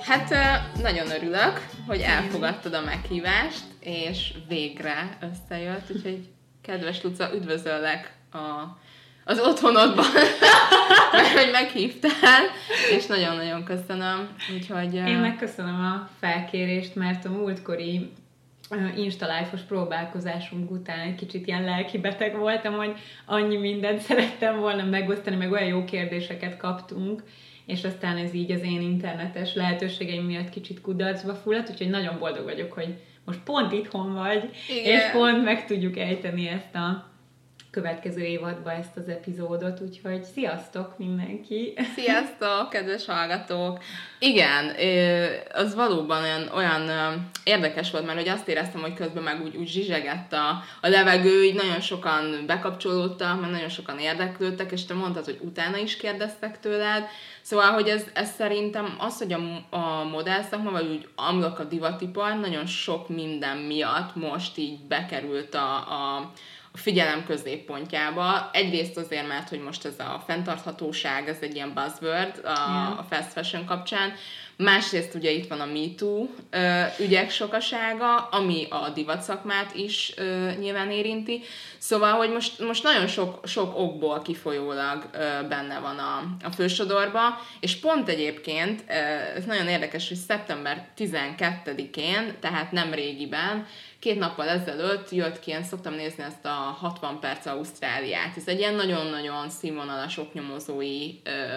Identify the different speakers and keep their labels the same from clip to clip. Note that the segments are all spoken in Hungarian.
Speaker 1: Hát nagyon örülök, hogy elfogadtad a meghívást, és végre összejött, úgyhogy kedves Luca, üdvözöllek az otthonodban, mert hogy meghívtál, és nagyon-nagyon köszönöm. Úgyhogy,
Speaker 2: Én megköszönöm a felkérést, mert a múltkori Insta Live-os próbálkozásunk után egy kicsit ilyen lelkibeteg voltam, hogy annyi mindent szerettem volna megosztani, meg olyan jó kérdéseket kaptunk, és aztán ez így az én internetes lehetőségeim miatt kicsit kudarcba fulladt, úgyhogy nagyon boldog vagyok, hogy most pont itthon vagy, igen. És pont meg tudjuk ejteni ezt a következő évadban ezt az epizódot, úgyhogy sziasztok mindenki!
Speaker 1: Sziasztok, kedves hallgatók! Igen, az valóban olyan érdekes volt, mert hogy azt éreztem, hogy közben meg úgy zsizsegett a levegő, így nagyon sokan bekapcsolódtak, mert nagyon sokan érdeklődtek, és te mondtad, hogy utána is kérdeztek tőled. Szóval, hogy ez szerintem az, hogy a modellszakma, vagy úgy amlok a divatipar, nagyon sok minden miatt most így bekerült a figyelem középpontjába. Egyrészt azért, mert hogy most ez a fenntarthatóság, ez egy ilyen buzzword a fast fashion kapcsán. Másrészt ugye itt van a MeToo ügyek sokasága, ami a divatszakmát is nyilván érinti. Szóval, hogy most nagyon sok okból kifolyólag benne van a fősodorba, és pont egyébként, ez nagyon érdekes, hogy szeptember 12-én, tehát nem régiben, 2 nappal ezelőtt jött ki, én szoktam nézni ezt a 60 perc Ausztráliát. Ez egy ilyen nagyon-nagyon színvonalas oknyomozói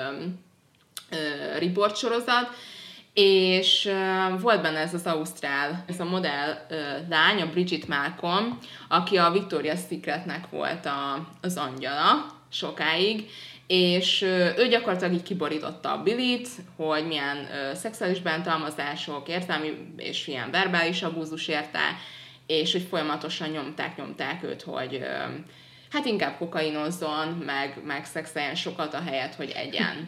Speaker 1: riportsorozat, és volt benne ez az ausztrál, ez a modell lány, a Bridget Malcolm, aki a Victoria's Secretnek volt az angyala sokáig, és ő gyakorlatilag így kiborította a Billit, hogy milyen szexuális bántalmazások, érzelmi és ilyen verbális abúzus érte, és hogy folyamatosan nyomták őt, hogy hát inkább kokainozzon, meg szexeljen sokat a helyet, hogy egyen.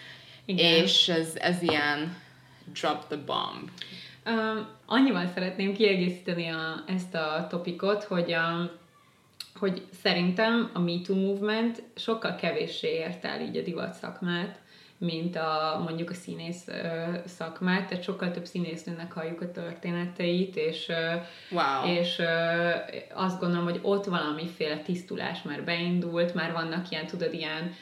Speaker 1: És ez ilyen drop the bomb.
Speaker 2: Annyival szeretném kiegészíteni ezt a topikot, hogy szerintem a MeToo movement sokkal kevéssé ért el így a divat szakmát, mint mondjuk a színész szakmát, tehát sokkal több színésznőnek halljuk a történeteit, és azt gondolom, hogy ott valamiféle tisztulás már beindult, már vannak ilyen, tudod, ilyen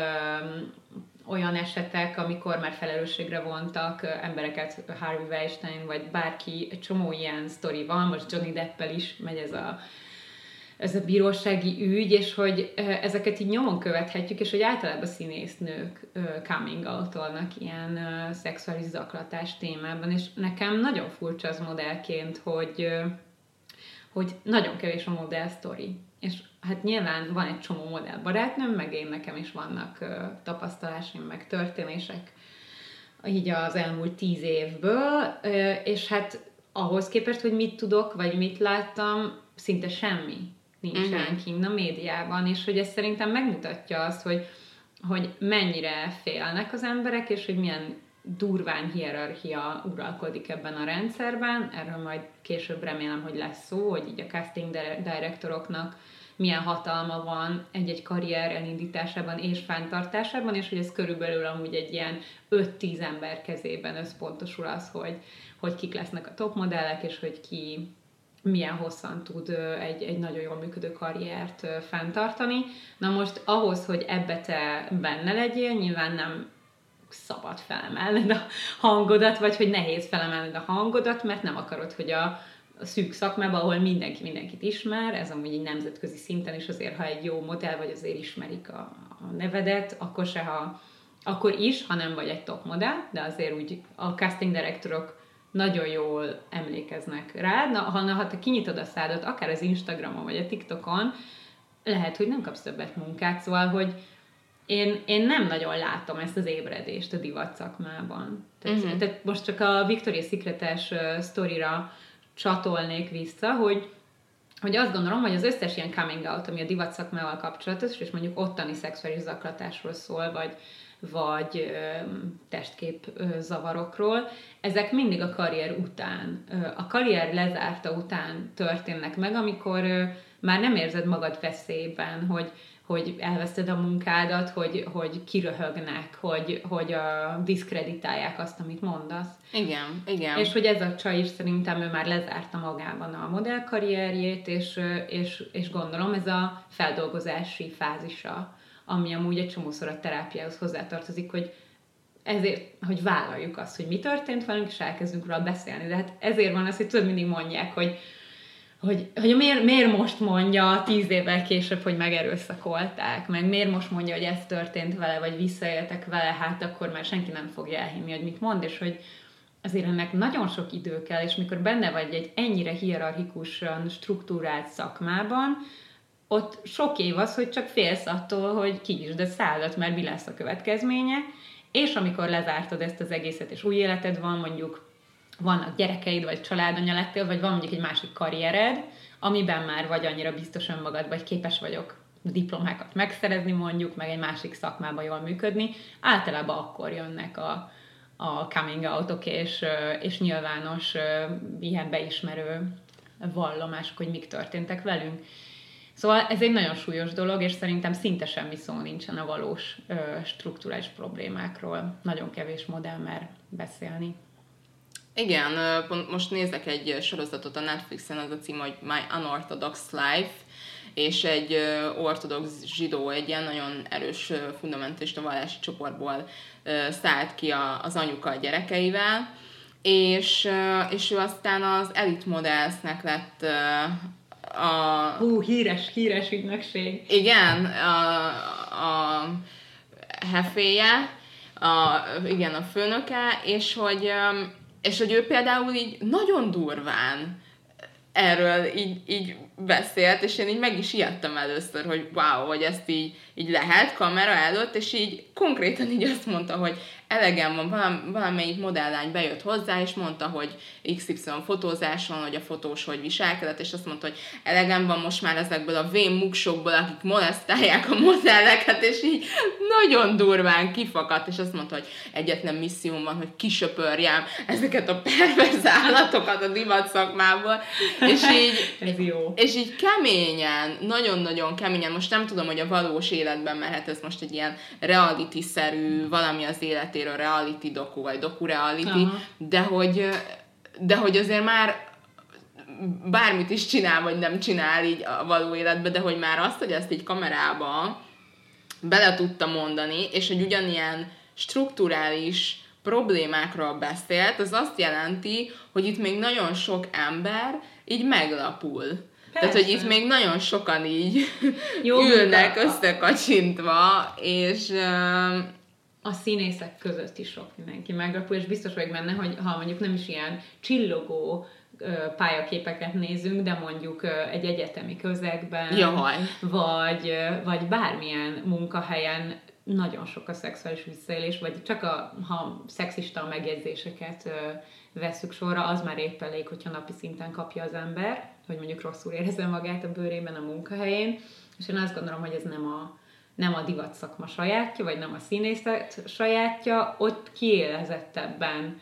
Speaker 2: olyan esetek, amikor már felelősségre vontak embereket, Harvey Weinstein, vagy bárki, egy csomó ilyen sztori van, most Johnny Deppel is megy ez a bírósági ügy, és hogy ezeket így nyomon követhetjük, és hogy általában színésznők coming out-olnak ilyen szexuális zaklatás témában, és nekem nagyon furcsa az modellként, hogy nagyon kevés a modell sztori. És hát nyilván van egy csomó modell barátnőm, meg nekem is vannak tapasztalásaim, meg történések így az elmúlt 10 évből, és hát ahhoz képest, hogy mit tudok, vagy mit láttam, szinte semmi nincs ranking a médiában, és hogy ez szerintem megmutatja azt, hogy mennyire félnek az emberek, és hogy milyen durván hierarchia uralkodik ebben a rendszerben. Erről majd később remélem, hogy lesz szó, hogy így a casting direktoroknak milyen hatalma van egy-egy karrier elindításában és fenntartásában, és hogy ez körülbelül amúgy egy ilyen 5-10 ember kezében összpontosul az, hogy kik lesznek a top modellek, és hogy ki milyen hosszan tud egy nagyon jól működő karriert fenntartani. Na most ahhoz, hogy ebbe te benne legyél, nyilván nem szabad felemelned a hangodat, vagy hogy nehéz felemelned a hangodat, mert nem akarod, hogy a szűk szakmában, ahol mindenki mindenkit ismer, ez amúgy egy nemzetközi szinten is azért, ha egy jó modell vagy, azért ismerik a nevedet, akkor is, ha nem vagy egy top modell, de azért úgy a casting direktorok nagyon jól emlékeznek rád. Ha te kinyitod a szádat, akár az Instagramon vagy a TikTokon, lehet, hogy nem kapsz többet munkát, szóval, hogy én nem nagyon látom ezt az ébredést a divat szakmában. Tehát most csak a Victoria's Secret-es sztorira csatolnék vissza, hogy azt gondolom, hogy az összes ilyen coming out, ami a divat szakmával kapcsolatos, és mondjuk ottani szexuális zaklatásról szól, vagy testkép zavarokról, ezek mindig a karrier után, a karrier lezárta után történnek meg, amikor már nem érzed magad veszélyben, hogy elveszted a munkádat, hogy kiröhögnek, hogy diszkreditálják azt, amit mondasz.
Speaker 1: Igen, igen.
Speaker 2: És hogy ez a csaj is szerintem ő már lezárta magában a modellkarrierjét, és gondolom ez a feldolgozási fázisa, ami amúgy egy csomószor a terápiához hozzátartozik, hogy ezért, hogy vállaljuk azt, hogy mi történt velünk, és elkezdünk róla beszélni. De hát ezért van az, hogy tudod, mindig mondják, hogy miért most mondja 10 évvel később, hogy megerőszakolták, meg miért most mondja, hogy ez történt vele, vagy visszaéltek vele, hát akkor már senki nem fogja elhinni, hogy mit mond, és hogy azért ennek nagyon sok idő kell, és mikor benne vagy egy ennyire hierarchikusan struktúrált szakmában, ott sok év az, hogy csak félsz attól, hogy kinyisd a szádat, mert mi lesz a következménye, és amikor lezártad ezt az egészet, és új életed van, mondjuk vannak gyerekeid, vagy családanya lettél, vagy van mondjuk egy másik karriered, amiben már vagy annyira biztos önmagad, vagy képes vagyok diplomákat megszerezni mondjuk, meg egy másik szakmában jól működni, általában akkor jönnek a coming out-ok és nyilvános ilyen beismerő vallomások, hogy mik történtek velünk. Szóval ez egy nagyon súlyos dolog, és szerintem szinte semmi szó nincsen a valós strukturális problémákról. Nagyon kevés modell mer beszélni.
Speaker 1: Igen, most nézek egy sorozatot a Netflixen, az a cím, hogy My Unorthodox Life, és egy ortodox zsidó, egy ilyen nagyon erős fundamentalista vallási csoportból szállt ki az anyuka a gyerekeivel, és ő aztán az Elite Modelsnek lett
Speaker 2: híres ügynökség.
Speaker 1: Igen, a heféje, igen, a főnöke, és hogy ő például így nagyon durván erről így beszélt, és én így meg is ijedtem először, hogy wow, hogy ezt így lehet kamera előtt, és így konkrétan így azt mondta, hogy elegem van, valamelyik modelllány bejött hozzá, és mondta, hogy XY fotózáson, hogy a fotós hogy viselkedett, és azt mondta, hogy elegem van most már ezekből a vén muksokból, akik molesztálják a modelleket, és így nagyon durván kifakadt, és azt mondta, hogy egyetlen misszióm van, hogy kisöpörjem ezeket a perverz állatokat a divat szakmából, és így keményen, nagyon-nagyon keményen, most nem tudom, hogy a valós életben, mert hát ez most egy ilyen reality-szerű, valami az életéről, reality doku, vagy doku-reality, de hogy azért már bármit is csinál, vagy nem csinál így a való életben, de hogy már azt, hogy ezt így kamerába bele tudta mondani, és hogy ugyanilyen strukturális problémákról beszélt, az azt jelenti, hogy itt még nagyon sok ember így meglapul. Persze. Tehát, hogy itt még nagyon sokan így ülnek összekacsintva, és...
Speaker 2: A színészek között is sok mindenki meglapul, és biztos vagyok benne, hogy ha mondjuk nem is ilyen csillogó pályaképeket nézünk, de mondjuk egy egyetemi közegben, vagy bármilyen munkahelyen nagyon sok a szexuális visszaélés, vagy csak ha szexista megjegyzéseket vesszük sorra, az már épp elég, hogyha napi szinten kapja az ember, hogy mondjuk rosszul érezze magát a bőrében a munkahelyén, és én azt gondolom, hogy ez nem a divat szakma sajátja, vagy nem a színészet sajátja, ott kiélezettebben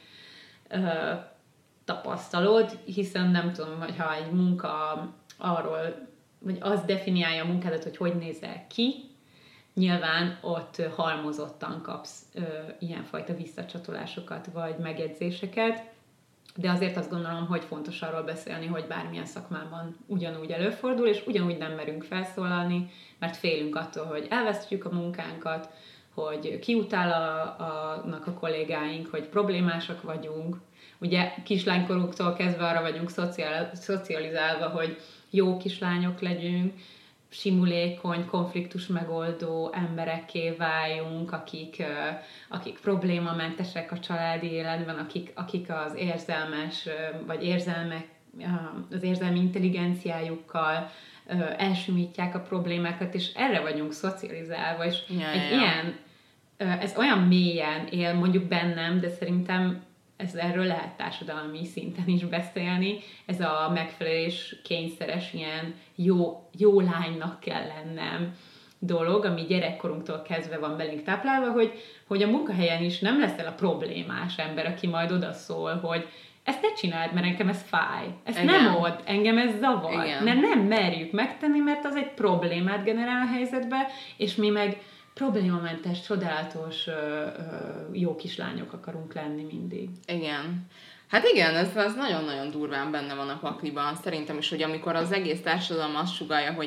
Speaker 2: tapasztalod, hiszen nem tudom, hogy ha egy munka arról, vagy az definiálja a munkádat, hogy nézel ki, nyilván ott halmozottan kapsz ilyenfajta visszacsatolásokat, vagy megjegyzéseket, de azért azt gondolom, hogy fontos arról beszélni, hogy bármilyen szakmában ugyanúgy előfordul, és ugyanúgy nem merünk felszólalni, mert félünk attól, hogy elvesztjük a munkánkat, hogy kiutálnak a kollégáink, hogy problémásak vagyunk. Ugye kislánykoruktól kezdve arra vagyunk szocializálva, hogy jó kislányok legyünk, simulékony, konfliktus megoldó emberekké váljunk, akik problémamentesek a családi életben, akik az érzelmes, vagy az érzelmi intelligenciájukkal elsümítják a problémákat, és erre vagyunk szocializálva, és ilyen, ez olyan mélyen él mondjuk bennem, de szerintem erről lehet társadalmi szinten is beszélni, ez a megfelelés kényszeres ilyen jó lánynak kell lennem dolog, ami gyerekkorunktól kezdve van belénk táplálva, hogy a munkahelyen is nem leszel a problémás ember, aki majd odaszól, hogy ezt ne csináld, mert engem ez fáj. Ezt
Speaker 1: Igen.
Speaker 2: nem odd, engem ez zavar.
Speaker 1: Igen.
Speaker 2: Mert nem merjük megtenni, mert az egy problémát generál a helyzetbe, és mi meg problémamentes, csodálatos, jó kislányok akarunk lenni mindig.
Speaker 1: Igen. Hát igen, ez nagyon-nagyon durván benne van a pakliban. Szerintem is, hogy amikor az egész társadalom azt sugallja, hogy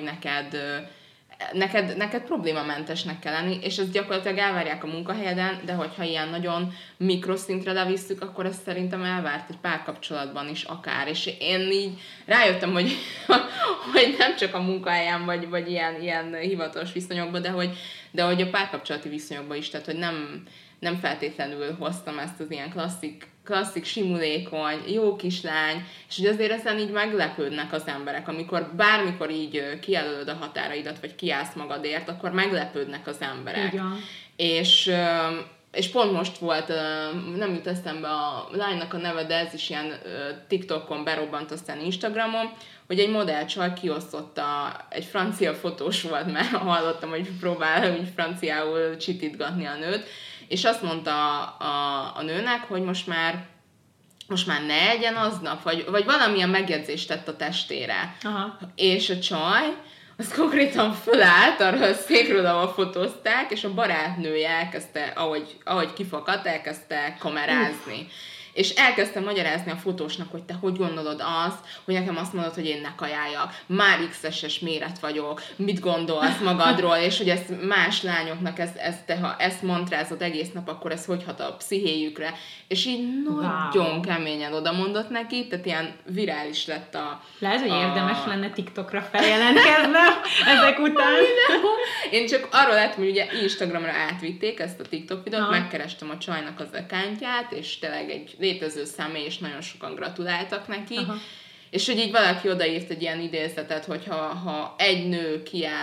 Speaker 1: neked problémamentesnek kell lenni, és ezt gyakorlatilag elvárják a munkahelyeden, de hogyha ilyen nagyon mikroszintre levisszük, akkor ezt szerintem elvárt egy párkapcsolatban is akár. És én így rájöttem, hogy nem csak a munkahelyen, vagy ilyen hivatalos viszonyokban, de hogy a párkapcsolati viszonyokban is, tehát hogy nem feltétlenül hoztam ezt az ilyen klasszik, simulékony, jó kislány, és hogy azért ezen így meglepődnek az emberek, amikor bármikor így kijelölöd a határaidat, vagy kiállsz magadért, akkor meglepődnek az emberek.
Speaker 2: Igen.
Speaker 1: És pont most volt, nem jut eszembe a lánynak a neve, de ez is ilyen TikTokon berobbant, aztán Instagramon, hogy egy modellcsaj kiosztotta, egy francia fotós volt, mert hallottam, hogy próbál úgy franciául csitítgatni a nőt, és azt mondta a nőnek, hogy most már ne egyen aznap, vagy valamilyen megjegyzést tett a testére.
Speaker 2: Aha.
Speaker 1: És a csaj, az konkrétan fölállt arra a székről, ahol fotózták, és a barátnője elkezdte, ahogy kifakadt, elkezdte kamerázni. És elkezdtem magyarázni a fotósnak, hogy te hogy gondolod azt, hogy nekem azt mondod, hogy én ne kajáljak. Már XS-es méret vagyok, mit gondolsz magadról, és hogy ezt más lányoknak, te ha ezt mantrázod egész nap, akkor ez hogy hat a pszichéjükre. És így nagyon keményen odamondott neki, tehát ilyen virális lett a...
Speaker 2: Lehet, hogy érdemes lenne TikTokra feljelentkeznem ezek után.
Speaker 1: Én csak arról láttam, hogy ugye Instagramra átvitték ezt a TikTok videót, megkerestem a csajnak az accountját, és tényleg egy létező személy, és nagyon sokan gratuláltak neki. Aha. És hogy így valaki odaírt egy ilyen idézetet, hogy ha egy nő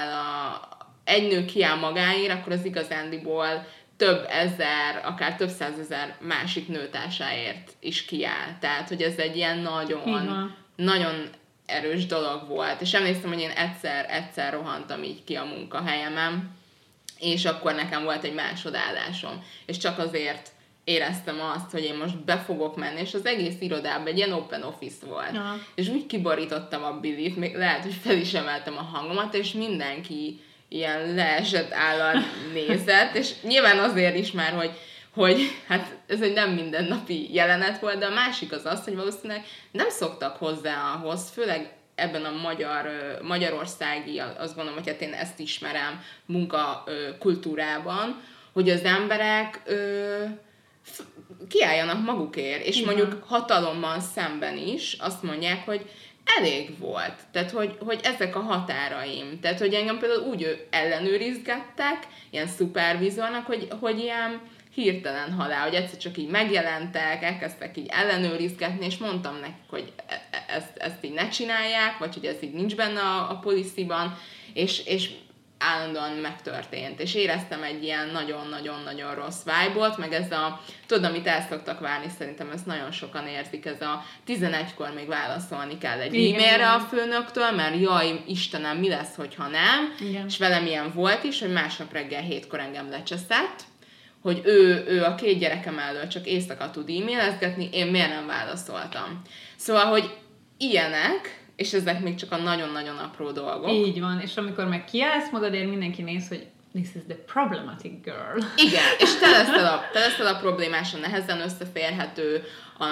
Speaker 1: kiáll magáért, akkor az igazándiból több ezer, akár több százezer másik nőtársáért is kiáll. Tehát, hogy ez egy ilyen nagyon erős dolog volt. És emlékszem, hogy én egyszer rohantam így ki a munkahelyemen, és akkor nekem volt egy másodállásom. És csak azért éreztem azt, hogy én most be fogok menni, és az egész irodában egy ilyen open office volt. Ja. És úgy kiborítottam a bilit, még lehet, hogy fel is emeltem a hangomat, és mindenki ilyen leesett állal nézett, és nyilván azért is már, hogy hát ez egy nem mindennapi jelenet volt, de a másik az, hogy valószínűleg nem szoktak hozzá ahhoz, főleg ebben a magyarországi, azt gondolom, hogy hát én ezt ismerem munkakultúrában, hogy az emberek kiálljanak magukért, és mondjuk hatalommal szemben is azt mondják, hogy elég volt. Tehát, hogy ezek a határaim. Tehát, hogy engem például úgy ellenőrizgettek, ilyen szupervizornak, hogy ilyen hirtelen halál, hogy egyszer csak így megjelentek, elkezdtek így ellenőrizgetni, és mondtam nekik, hogy ezt így ne csinálják, vagy hogy ez így nincs benne a policyban, és állandóan megtörtént, és éreztem egy ilyen nagyon-nagyon-nagyon rossz vibe-ot, meg ez tudod, amit el szoktak várni, szerintem ezt nagyon sokan érzik, ez a 11-kor még válaszolni kell egy e-mailre a főnöktől, mert jaj, Istenem, mi lesz, hogyha nem, igen. És velem ilyen volt is, hogy másnap reggel 7-kor engem lecseszett, hogy ő a 2 gyerekem elől csak éjszaka tud e-mailezgetni, én miért nem válaszoltam. Szóval, hogy ilyenek, és ezek még csak a nagyon-nagyon apró dolgok.
Speaker 2: Így van, és amikor meg kiállsz magadért, mindenki néz, hogy this is the problematic girl.
Speaker 1: Igen, és te leszel a problémásan nehezen összeférhető,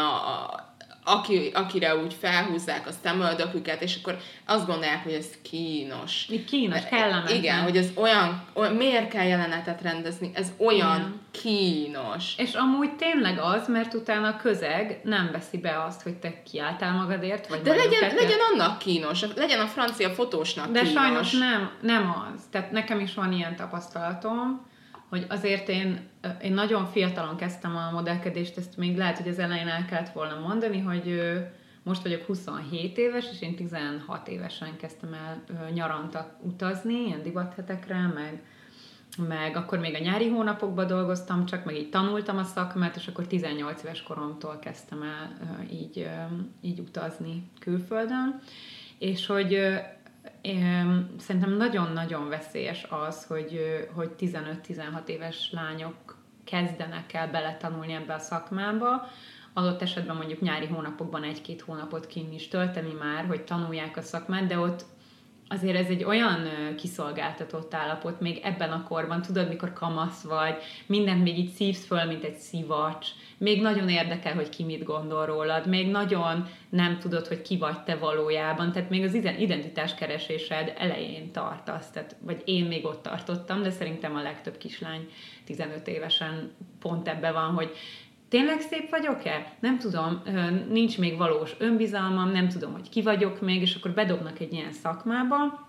Speaker 1: akire úgy felhúzzák a szemöldöküket, és akkor azt gondolják, hogy ez kínos.
Speaker 2: Kínos, kellemetlen.
Speaker 1: Igen, hogy ez olyan, miért kell jelenetet rendezni, ez olyan kínos.
Speaker 2: És amúgy tényleg az, mert utána a közeg nem veszi be azt, hogy te kiálltál magadért, vagy
Speaker 1: de legyen annak kínos, legyen a francia fotósnak
Speaker 2: de
Speaker 1: kínos.
Speaker 2: De sajnos nem az. Tehát nekem is van ilyen tapasztalatom, hogy azért én nagyon fiatalon kezdtem a modellkedést, ezt még lehet, hogy az elején el kellett volna mondani, hogy most vagyok 27 éves, és én 16 évesen kezdtem el nyaranta utazni, ilyen divathetekre, meg akkor még a nyári hónapokban dolgoztam, csak meg így tanultam a szakmát, és akkor 18 éves koromtól kezdtem el így utazni külföldön, és hogy szerintem nagyon-nagyon veszélyes az, hogy 15-16 éves lányok kezdenek el beletanulni ebbe a szakmába, adott esetben mondjuk nyári hónapokban 1-2 hónapot kint is tölteni már, hogy tanulják a szakmát, de ott azért ez egy olyan kiszolgáltatott állapot, még ebben a korban, tudod, mikor kamasz vagy, mindent még így szívsz föl, mint egy szivacs, még nagyon érdekel, hogy ki mit gondol rólad, még nagyon nem tudod, hogy ki vagy te valójában, tehát még az identitáskeresésed elején tartasz, tehát, vagy én még ott tartottam, de szerintem a legtöbb kislány 15 évesen pont ebben van, hogy tényleg szép vagyok-e? Nem tudom, nincs még valós önbizalmam, nem tudom, hogy ki vagyok még, és akkor bedobnak egy ilyen szakmába,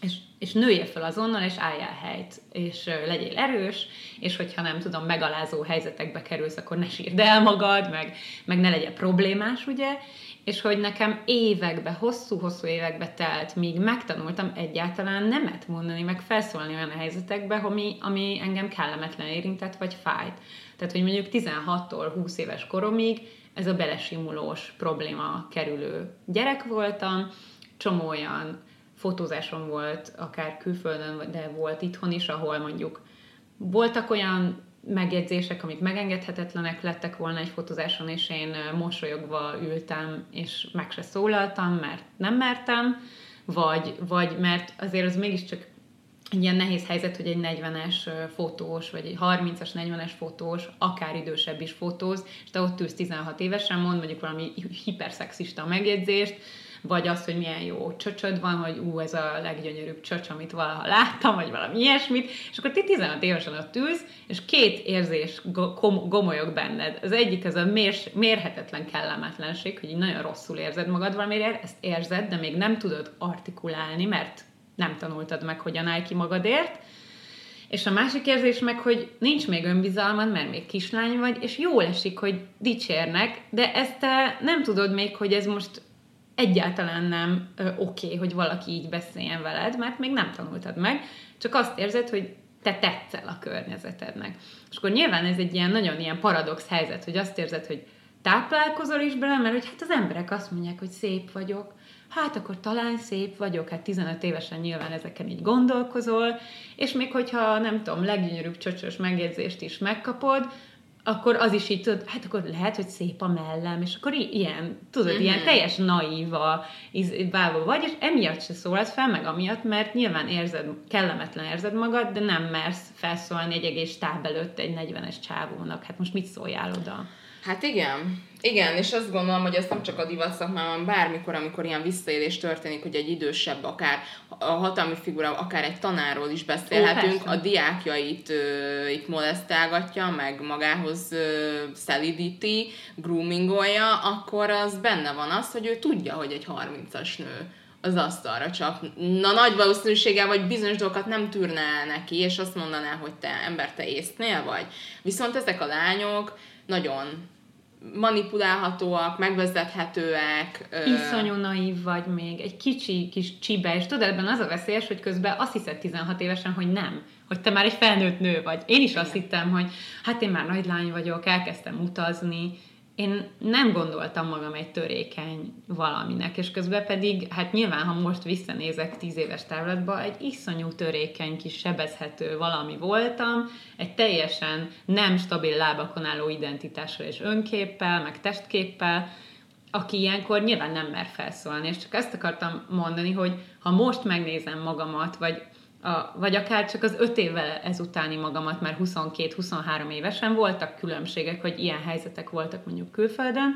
Speaker 2: és nőjél fel azonnal, és álljál helyt, és legyél erős, és hogyha nem tudom, megalázó helyzetekbe kerülsz, akkor ne sírd el magad, meg ne legyen problémás, ugye? És hogy nekem évekbe, hosszú-hosszú évekbe telt, míg megtanultam egyáltalán nemet mondani, meg felszólni olyan helyzetekbe, ami engem kellemetlen érintett, vagy fájt. Tehát, hogy mondjuk 16-tól 20 éves koromig ez a belesimulós probléma kerülő gyerek voltam, csomó olyan fotózásom volt, akár külföldön, de volt itthon is, ahol mondjuk voltak olyan megjegyzések, amik megengedhetetlenek lettek volna egy fotózáson, és én mosolyogva ültem, és meg se szólaltam, mert nem mertem, vagy mert azért az mégiscsak egy ilyen nehéz helyzet, hogy egy 40-es fotós, vagy egy 30-as, 40-es fotós, akár idősebb is fotóz, és te ott ülsz 16 évesen, mond mondjuk valami hiperszexista megjegyzést, vagy az, hogy milyen jó csöcsöd van, hogy ez a leggyönyörűbb csöcs, amit valaha láttam, vagy valami ilyesmit, és akkor ti 16 évesen ott ülsz, és 2 érzés gomolyog benned. Az egyik az a mérhetetlen kellemetlenség, hogy így nagyon rosszul érzed magad valamiért, ezt érzed, de még nem tudod artikulálni, mert nem tanultad meg, hogyan állj ki magadért. És a másik érzés meg, hogy nincs még önbizalmad, mert még kislány vagy, és jól esik, hogy dicsérnek, de ezt te nem tudod még, hogy ez most egyáltalán nem oké, hogy valaki így beszéljen veled, mert még nem tanultad meg, csak azt érzed, hogy te tetszel a környezetednek. És akkor nyilván ez egy ilyen nagyon ilyen paradox helyzet, hogy azt érzed, hogy táplálkozol is bele, mert hogy hát az emberek azt mondják, hogy szép vagyok, hát akkor talán szép vagyok, hát 15 évesen nyilván ezeken így gondolkozol, és még hogyha nem tudom, leggyönyörűbb csöcsös megjegyzést is megkapod, akkor az is így tudod, hát akkor lehet, hogy szép a mellem, és akkor ilyen, tudod, ilyen teljes naíva bálva vagy, és emiatt se szólsz fel, meg amiatt, mert nyilván kellemetlen érzed magad, de nem mersz felszólni egy egész stáb előtt egy 40-es csávónak. Hát most mit szóljál oda?
Speaker 1: Hát igen, és azt gondolom, hogy ez nem csak a divat szakmában, bármikor, amikor ilyen visszaélés történik, hogy egy idősebb, akár a hatalmi figura, akár egy tanárról is beszélhetünk, a diákjait itt molesztálgatja, meg magához szelídíti, groomingolja, akkor az benne van az, hogy ő tudja, hogy egy 30-as nő az asztalra csap. Na, nagy valószínűséggel, vagy bizonyos dolgokat nem tűrne el neki, és azt mondaná, hogy te észnél vagy. Viszont ezek a lányok nagyon manipulálhatóak, megvezethetőek.
Speaker 2: Iszonyú naív vagy még, egy kicsi kis csibe, és tudod, ebben az a veszélyes, hogy közben azt hiszed 16 évesen, hogy nem, hogy te már egy felnőtt nő vagy. Én is azt hittem, hogy hát én már nagy lány vagyok, elkezdtem utazni, én nem gondoltam magam egy törékeny valaminek, és közben pedig, hát nyilván, ha most visszanézek 10 éves távlatba, egy iszonyú törékeny, kis sebezhető valami voltam, egy teljesen nem stabil lábakon álló identitással és önképpel, meg testképpel, aki ilyenkor nyilván nem mer felszólni, és csak ezt akartam mondani, hogy ha most megnézem magamat, vagy akár csak az 5 évvel ezutáni magamat, mert 22-23 évesen voltak különbségek, hogy ilyen helyzetek voltak mondjuk külföldön,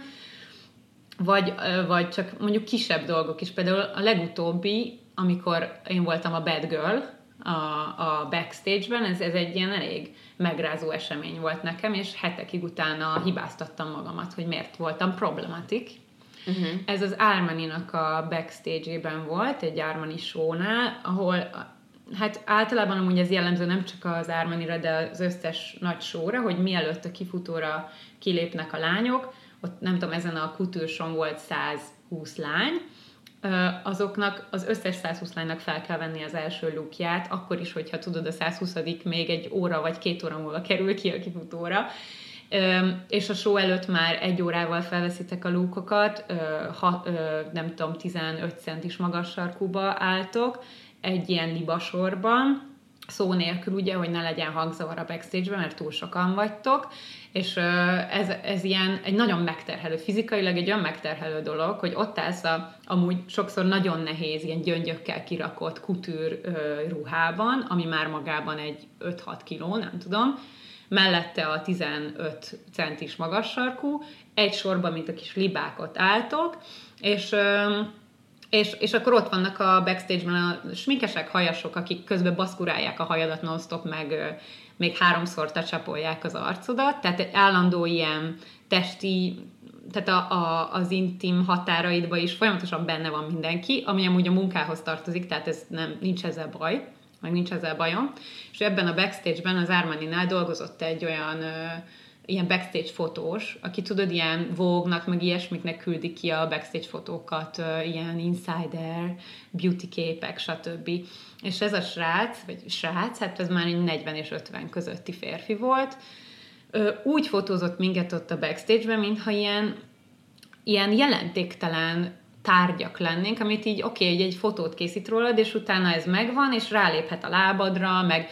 Speaker 2: vagy csak mondjuk kisebb dolgok is. Például a legutóbbi, amikor én voltam a Bad Girl a backstage-ben, ez egy ilyen elég megrázó esemény volt nekem, és hetekig utána hibáztattam magamat, hogy miért voltam problematik. Uh-huh. Ez az Armani-nak a backstage-ében volt, egy Armani shownál, ahol hát általában amúgy ez jellemző nem csak az Armanira, de az összes nagy showra, hogy mielőtt a kifutóra kilépnek a lányok, ott nem tudom, ezen a couture show volt 120 lány, azoknak az összes 120 lánynak fel kell venni az első lookját, akkor is, hogyha tudod, a 120. még egy óra vagy 2 óra múlva kerül ki a kifutóra, és a show előtt már 1 órával felveszitek a lookokat, nem tudom, 15 centis magas sarkúba álltok, egy ilyen libasorban, szó nélkül, ugye, hogy ne legyen hangzavar a backstage-ben, mert túl sokan vagytok, és ez ilyen egy nagyon megterhelő, fizikailag egy olyan megterhelő dolog, hogy ott állsz amúgy sokszor nagyon nehéz, ilyen gyöngyökkel kirakott kutűr ruhában, ami már magában egy 5-6 kiló, nem tudom, mellette a 15 centis magas sarkú, egy sorban, mint a kis libák ott álltok, és akkor ott vannak a backstage-ben a sminkesek, hajasok, akik közben baszkurálják a hajadat non-stop, meg még 3-szor tacsapolják az arcodat, tehát egy állandó ilyen testi, tehát az intim határaidban is folyamatosan benne van mindenki, ami amúgy a munkához tartozik, tehát ez nincs ezzel baj, meg nincs ezzel bajom. És ebben a backstage-ben az Armani-nál dolgozott egy olyan ilyen backstage fotós, aki tudod, ilyen Vogue-nak, meg ilyesmiknek küldik ki a backstage fotókat, ilyen insider, beauty képek, stb. És ez a srác, hát ez már 40 és 50 közötti férfi volt, úgy fotózott minket ott a backstage-ben, mintha ilyen jelentéktelen tárgyak lennénk, amit így egy fotót készít rólad, és utána ez megvan, és ráléphet a lábadra, meg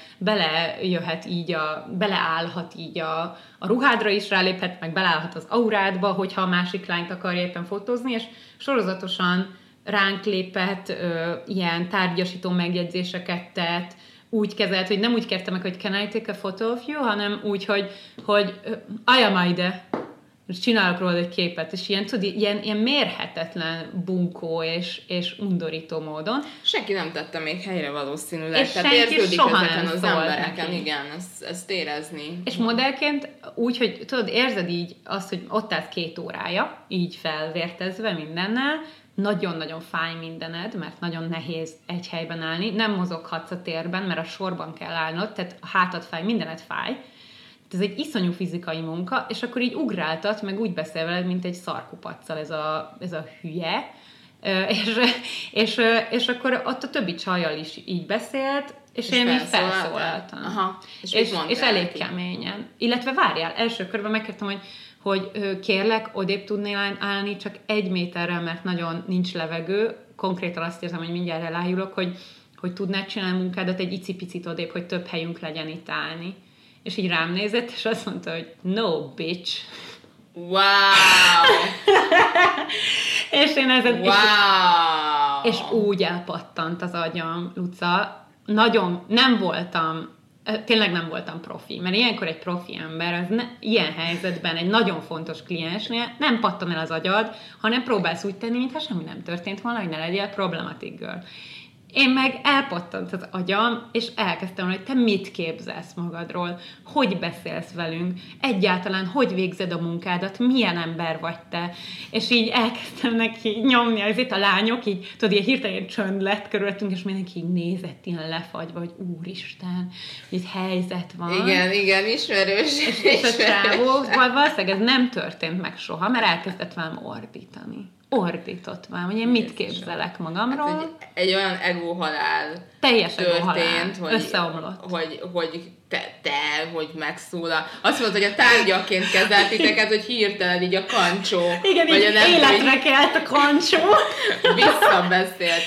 Speaker 2: beleállhat így a ruhádra is ráléphet, meg beleállhat az aurádba, hogyha a másik lányt akarja éppen fotózni, és sorozatosan ránk lépett, ilyen tárgyasító megjegyzéseket tett, úgy kezelt, hogy nem úgy kérte meg, hogy can I take a photo of you, hanem úgy, hogy álljál ide, és csinálok róla egy képet, és ilyen mérhetetlen bunkó és undorító módon.
Speaker 1: Senki nem tette még helyre valószínűleg. És tehát érződik ezeken az embereken, neki. Igen, ezt érezni.
Speaker 2: És modellként úgy, hogy tudod, érzed így azt, hogy ott állsz 2 órája, így felvértezve mindennel, nagyon-nagyon fáj mindened, mert nagyon nehéz egy helyben állni, nem mozoghatsz a térben, mert a sorban kell állnod, tehát a hátad fáj, mindened fáj. Ez egy iszonyú fizikai munka, és akkor így ugráltat, meg úgy beszél veled, mint egy szarkupacsal ez a hülye, és akkor ott a többi csajjal is így beszélt, és én így felszólaltam.
Speaker 1: Aha.
Speaker 2: És elég keményen. Illetve várjál, első körben megkértem, hogy kérlek, odébb tudnél állni csak 1 méterrel, mert nagyon nincs levegő. Konkrétan azt érzem, hogy mindjárt elájulok, hogy tudnád csinálni munkádat egy icipicit odébb, hogy több helyünk legyen itt állni. És így rám nézett, és azt mondta, hogy no, bitch.
Speaker 1: Wow!
Speaker 2: És én ezen...
Speaker 1: Wow!
Speaker 2: És úgy elpattant az agyam, Luca. Nagyon nem voltam, tényleg nem voltam profi, mert ilyenkor egy profi ember, ilyen helyzetben egy nagyon fontos kliensnél nem pattan el az agyad, hanem próbálsz úgy tenni, mintha semmi nem történt volna, hogy ne legyél problematic girl. Én meg elpattant az agyam, és elkezdtem, hogy te mit képzelsz magadról, hogy beszélsz velünk, egyáltalán hogy végzed a munkádat, milyen ember vagy te, és így elkezdtem neki nyomni, ezért a lányok, így tudod, ilyen hirtelen csönd lett körülöttünk, és mindenki így nézett ilyen lefagyva, hogy úristen, itt helyzet van.
Speaker 1: Igen, ismerős.
Speaker 2: És a csávó, valószínűleg ez nem történt meg soha, mert elkezdett velem ordított már, hogy én mit képzelek magamról. Hát
Speaker 1: egy olyan egóhalál
Speaker 2: teljes
Speaker 1: történt,
Speaker 2: összeomlott.
Speaker 1: Hogy hogy megszólal. Azt mondod, hogy a tárgyaként kezelt titeket, hogy hirtelen így a kancsó.
Speaker 2: Igen, így életre kelt a kancsó.
Speaker 1: Visszabeszélt,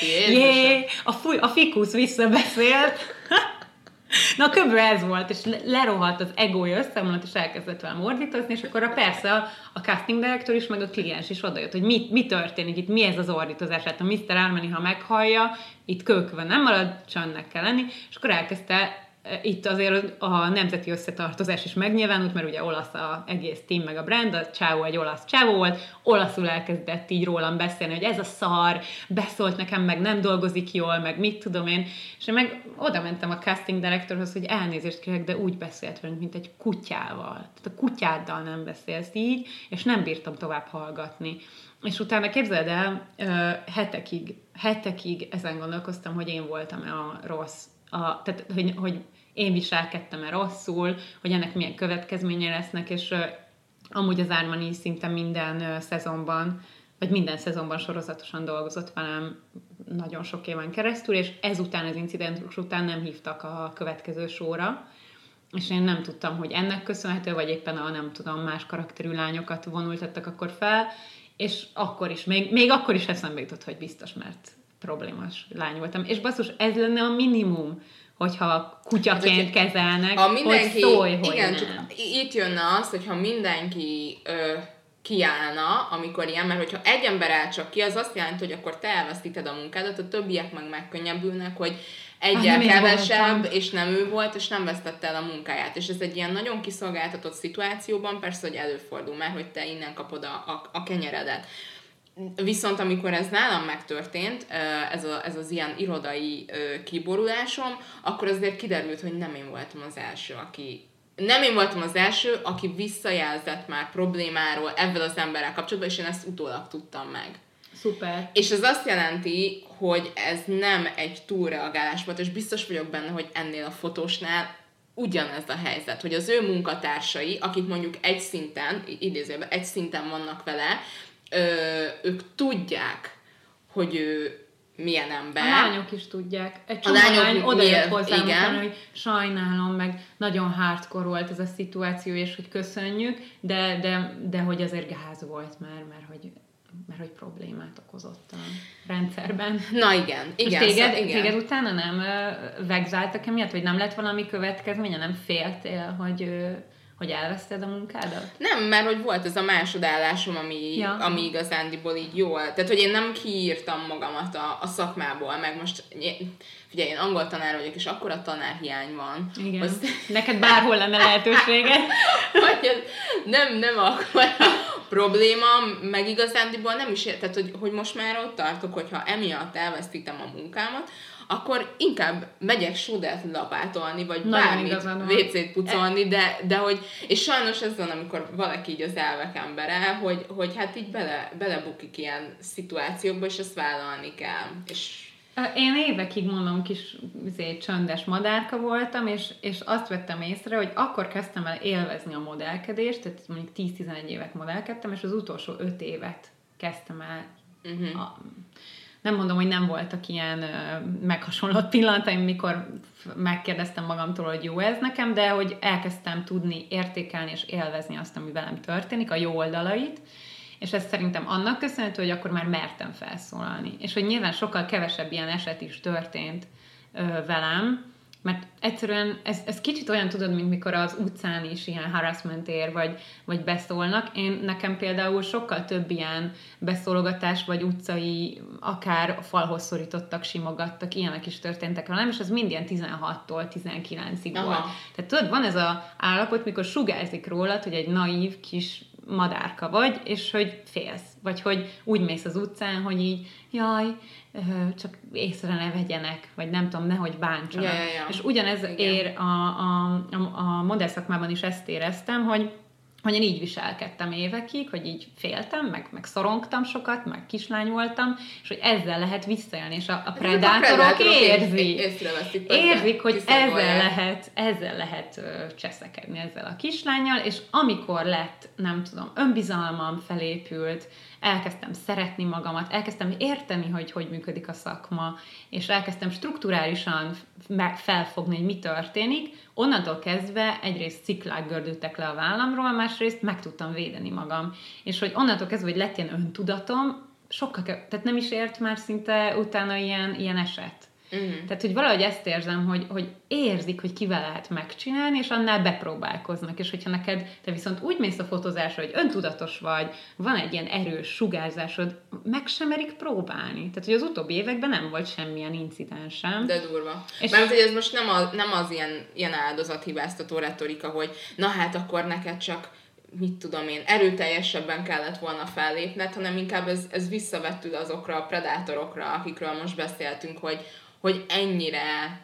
Speaker 2: a fikusz visszabeszélt. Na, kb. Ez volt, és lerohadt az egója, összeomlott, és elkezdett velem ordítozni, és akkor persze a casting director is, meg a kliens is odajött, hogy mi történik itt, mi ez az ordítozás, hát a Mr. Armani, ha meghallja, itt kőkövön nem marad, csöndnek kell lenni, és akkor elkezdte itt azért a nemzeti összetartozás is megnyilvánult, mert ugye olasz az egész team meg a brand, a csávó egy olasz csávó volt, olaszul elkezdett így rólam beszélni, hogy ez a szar, beszólt nekem, meg nem dolgozik jól, meg mit tudom én, és én meg oda mentem a casting directorhoz, hogy elnézést kérek, de úgy beszélt velünk, mint egy kutyával. Tehát a kutyáddal nem beszélsz így, és nem bírtam tovább hallgatni. És utána képzeld el, hetekig ezen gondolkoztam, hogy én voltam-e a rossz, tehát hogy én viselkedtem-e rosszul, hogy ennek milyen következménye lesznek, és amúgy az Armani szinte minden szezonban sorozatosan dolgozott velem nagyon sok éven keresztül, és ezután, az incidentus után nem hívtak a következő showra, és én nem tudtam, hogy ennek köszönhető, vagy éppen más karakterű lányokat vonultattak akkor fel, és akkor is, még akkor is eszembe jutott, hogy biztos, mert problémás lány voltam. És basszus, ez lenne a minimum, hogyha kutyaként kezelnek, hogy szólj, hogy
Speaker 1: igen,
Speaker 2: nem.
Speaker 1: Csak itt jönne az, hogyha mindenki kiállna, amikor ilyen, mert hogyha egy ember áll csak ki, az azt jelenti, hogy akkor te elvesztíted a munkádat, a többiek meg megkönnyebbülnek, hogy egyel kevesebb, és nem ő volt, és nem vesztette el a munkáját. És ez egy ilyen nagyon kiszolgáltatott szituációban persze, hogy előfordul, mert hogy te innen kapod a kenyeredet. Viszont amikor ez nálam megtörtént, ez az ilyen irodai kiborulásom, akkor azért kiderült, hogy nem én voltam az első, aki visszajelzett már problémáról ebben az emberrel kapcsolatban, és én ezt utólag tudtam meg.
Speaker 2: Szuper.
Speaker 1: És ez azt jelenti, hogy ez nem egy túlreagálás volt, és biztos vagyok benne, hogy ennél a fotósnál ugyanez a helyzet, hogy az ő munkatársai, akik mondjuk egy szinten vannak vele, ők tudják, hogy ő milyen ember.
Speaker 2: A lányok is tudják. Egy csomó lány odajött hozzám utána, hogy sajnálom, meg nagyon hardcore volt ez a szituáció, és hogy köszönjük, de hogy azért gáz volt már, mert hogy problémát okozott a rendszerben.
Speaker 1: Na igen.
Speaker 2: Téged utána nem vegzáltak emiatt, vagy nem lett valami következménye, nem féltél, hogy elveszted a munkádat? Nem,
Speaker 1: mert hogy volt ez a másodállásom, ami igazándiból így jól. Tehát, hogy én nem kiírtam magamat a szakmából, meg most, figyelj, én angol tanár vagyok, és akkora tanárhiány van.
Speaker 2: Igen. Neked bárhol lenne lehetőséged.
Speaker 1: nem akkor probléma, meg igazándiból nem is, tehát, hogy most már ott tartok, hogyha emiatt elvesztítem a munkámat, akkor inkább megyek sódert lapátolni, vagy bármit WC-t pucolni, de hogy, és sajnos ez van, amikor valaki így az elvek embere, hogy hát így belebukik ilyen szituációkba, és ezt vállalni kell. És
Speaker 2: én évekig mondom kis csöndes madárka voltam, és azt vettem észre, hogy akkor kezdtem el élvezni a modellkedést, tehát mondjuk 10-11 évet modellkedtem, és az utolsó 5 évet kezdtem el nem mondom, hogy nem voltak ilyen meghasonlott pillanataim, mikor megkérdeztem magamtól, hogy jó ez nekem, de hogy elkezdtem tudni értékelni és élvezni azt, ami velem történik, a jó oldalait, és ez szerintem annak köszönhető, hogy akkor már mertem felszólalni. És hogy nyilván sokkal kevesebb ilyen eset is történt velem, mert egyszerűen ez kicsit olyan, tudod, mint mikor az utcán is ilyen harassment ér, vagy beszólnak. Nekem például sokkal több ilyen beszólogatás, vagy utcai, akár falhoz szorítottak, simogattak, ilyenek is történtek velem, és ez mind ilyen 16-tól 19-ig volt. Tehát tudod, van ez az állapot, mikor sugárzik rólad, hogy egy naív kis madárka vagy, és hogy félsz. Vagy hogy úgy mész az utcán, hogy így, jaj, csak észre ne vegyenek, vagy nem tudom, nehogy bántsanak.
Speaker 1: Ja.
Speaker 2: És ugyanez ér a modell szakmában is ezt éreztem, hogy én így viselkedtem évekig, hogy így féltem, meg szorongtam sokat, meg kislány voltam, és hogy ezzel lehet visszaélni, és a predátorok érzik, hogy ezzel lehet cseszekedni ezzel a kislánnyal, és amikor lett, nem tudom, önbizalmam felépült, elkezdtem szeretni magamat, elkezdtem érteni, hogy működik a szakma, és elkezdtem strukturálisan felfogni, hogy mi történik, onnantól kezdve egyrészt sziklák gördültek le a vállamról, másrészt meg tudtam védeni magam. És hogy onnantól kezdve, hogy lett ilyen öntudatom, tehát nem is ért már szinte utána ilyen eset. Tehát, hogy valahogy ezt érzem, hogy érzik, hogy kivel lehet megcsinálni, és annál bepróbálkoznak. És hogyha neked, te viszont úgy mész a fotózásra, hogy öntudatos vagy, van egy ilyen erős sugárzásod, meg sem merik próbálni. Tehát, hogy az utóbbi években nem volt semmilyen incidens sem.
Speaker 1: De durva. Mert hogy ez most nem az ilyen áldozathibáztató retorika, hogy na hát akkor neked csak mit tudom én, erőteljesebben kellett volna fellépned, hanem inkább ez visszavetül azokra a predátorokra, akikről most beszéltünk, hogy ennyire,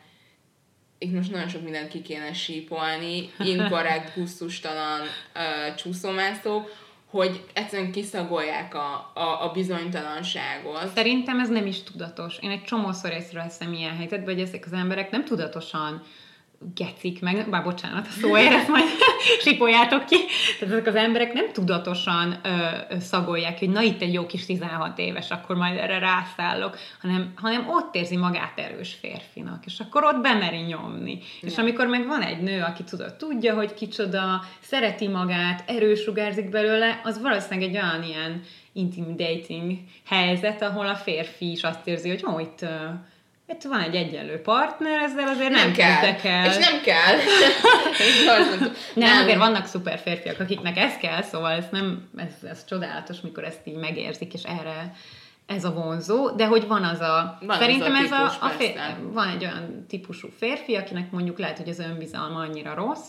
Speaker 1: itt most nagyon sok mindent ki kéne sípolni, inkorrekt, gusztustalan csúszómászók, hogy egyszerűen kiszagolják a bizonytalanságot.
Speaker 2: Szerintem ez nem is tudatos. Én egy csomószor észreveszem ilyen helyzetben, hogy ezek az emberek nem tudatosan gecik meg, bár bocsánat a szóért, ezt majd sipoljátok ki. Tehát ezek az emberek nem tudatosan szagolják, hogy na itt egy jó kis 16 éves, akkor majd erre rászállok, hanem ott érzi magát erős férfinak, és akkor ott bemeri nyomni. Ja. És amikor meg van egy nő, aki tudja, hogy kicsoda, szereti magát, erős sugárzik belőle, az valószínűleg egy olyan ilyen intimidating helyzet, ahol a férfi is azt érzi, hogy itt van egy egyenlő partner, ezzel azért nem kezdek el.
Speaker 1: És nem kell.
Speaker 2: Nem, azért vannak szuper férfiak, akiknek ez kell, szóval ez csodálatos, mikor ezt így megérzik, és erre ez a vonzó, de hogy van szerintem van egy olyan típusú férfi, akinek mondjuk lehet, hogy az önbizalma annyira rossz,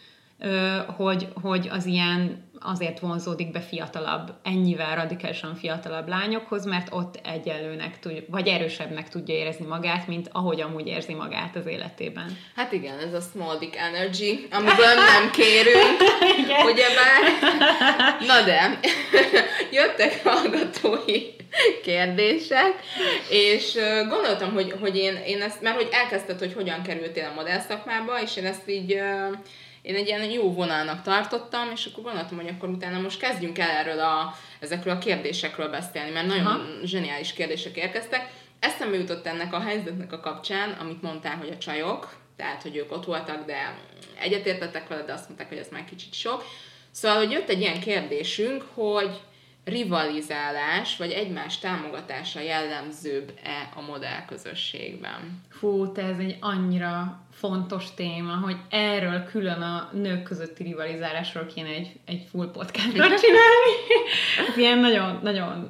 Speaker 2: hogy az ilyen azért vonzódik be fiatalabb, ennyivel radikálisan fiatalabb lányokhoz, mert ott egyenlőnek vagy erősebbnek tudja érezni magát, mint ahogy amúgy érzi magát az életében.
Speaker 1: Hát igen, ez a small dick energy, amiből nem kérünk, ugyebár. Na de, jöttek hallgatói kérdések, és gondoltam, hogy én ezt, mert hogy elkezdted, hogy hogyan kerültél a modell szakmába, és én ezt így én egy ilyen jó vonalnak tartottam, és akkor gondoltam, hogy akkor utána most kezdjünk el ezekről a kérdésekről beszélni, mert nagyon zseniális kérdések érkeztek. Eszembe jutott ennek a helyzetnek a kapcsán, amit mondtál, hogy a csajok, tehát, hogy ők ott voltak, de egyetértettek vele, de azt mondták, hogy ez már kicsit sok. Szóval, hogy jött egy ilyen kérdésünk, hogy rivalizálás, vagy egymás támogatása jellemzőbb-e a modellközösségben?
Speaker 2: Fú, ez egy annyira fontos téma, hogy erről külön a nők közötti rivalizálásról kéne egy full podcastot csinálni. Ez ilyen nagyon, nagyon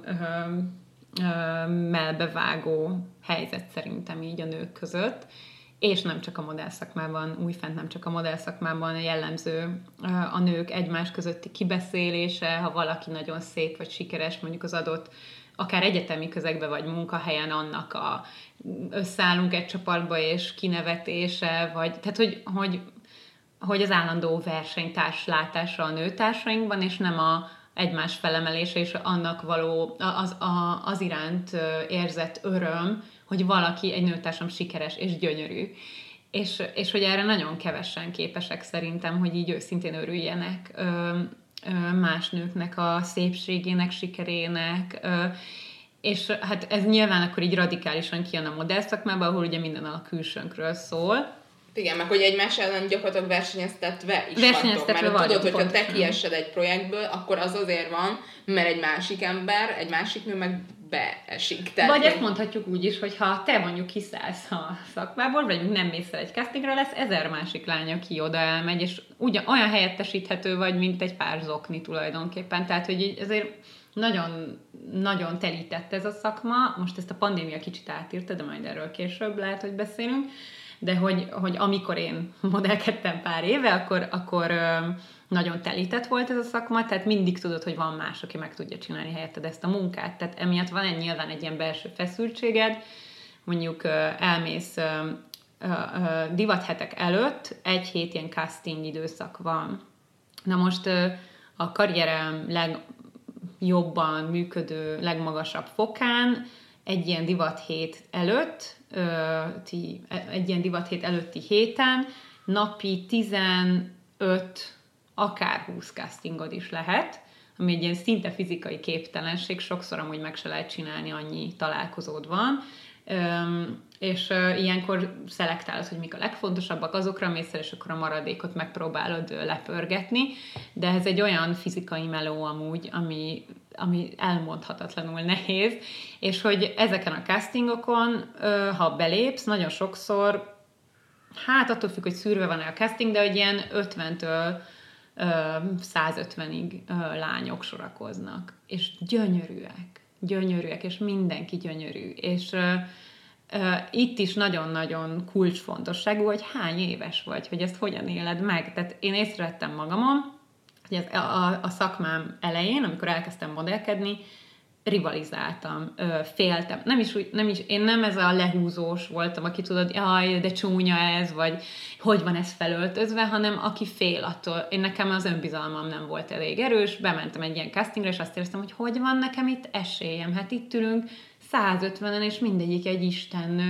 Speaker 2: melbevágó helyzet szerintem így a nők között, és nem csak a modellszakmában, újfent nem csak a modellszakmában jellemző a nők egymás közötti kibeszélése, ha valaki nagyon szép vagy sikeres, mondjuk az adott akár egyetemi közegben vagy munkahelyen, annak összeállunk egy csoportba és kinevetése, vagy tehát hogy az állandó versenytárslátása a nőtársainkban, és nem egymás felemelése és annak való az iránt érzett öröm, hogy valaki, egy nőtársam sikeres és gyönyörű. És hogy erre nagyon kevesen képesek szerintem, hogy így őszintén örüljenek más nőknek a szépségének, sikerének, és hát ez nyilván akkor így radikálisan kijön a modellszakmában, ahol ugye minden a külsőnkről szól.
Speaker 1: Igen, meg hogy egymás ellen gyakorlatilag versenyeztetve is vagytok, mert tudod, hogyha te kiesed egy projektből, akkor az azért van, mert egy másik ember, egy másik nő meg beesik.
Speaker 2: Tehát vagy ezt mondhatjuk úgy is, hogy ha te mondjuk kiszállsz a szakmából, vagy nem mész el egy castingra, lesz 1000 másik lány, aki oda elmegy, és olyan helyettesíthető vagy, mint egy pár zokni tulajdonképpen. Tehát, hogy így azért nagyon, nagyon telített ez a szakma. Most ezt a pandémia kicsit átírta, de majd erről később lehet, hogy beszélünk. De hogy amikor én modellkedtem pár éve, akkor nagyon telített volt ez a szakma, tehát mindig tudod, hogy van más, aki meg tudja csinálni helyetted ezt a munkát. Tehát emiatt van nyilván egy ilyen belső feszültséged, mondjuk elmész divathetek előtt, 1 hét ilyen casting időszak van. Na most a karrierem legjobban működő, legmagasabb fokán egy ilyen divathét előtti héten napi 15, akár 20 castingod is lehet, ami egy ilyen szinte fizikai képtelenség, sokszor amúgy meg se lehet csinálni, annyi találkozód van, és ilyenkor szelektálod, hogy mik a legfontosabbak, azokra mész el, és akkor a maradékot megpróbálod lepörgetni, de ez egy olyan fizikai meló amúgy, ami elmondhatatlanul nehéz, és hogy ezeken a castingokon, ha belépsz, nagyon sokszor, hát attól függ, hogy szűrve van-e a casting, de hogy ilyen 50-től 150-ig lányok sorakoznak, és gyönyörűek, és mindenki gyönyörű, és itt is nagyon-nagyon kulcsfontosságú, hogy hány éves vagy, hogy ezt hogyan éled meg. Tehát én észrevettem magamon, hogy a szakmám elején, amikor elkezdtem modellkedni, rivalizáltam, féltem. Én nem ez a lehúzós voltam, aki tudod, jaj, de csúnya ez, vagy hogy van ez felöltözve, hanem aki fél attól. Nekem az önbizalmam nem volt elég erős, bementem egy ilyen castingra, és azt éreztem, hogy van nekem itt esélyem. Hát itt ülünk 150-en, és mindegyik egy istennő.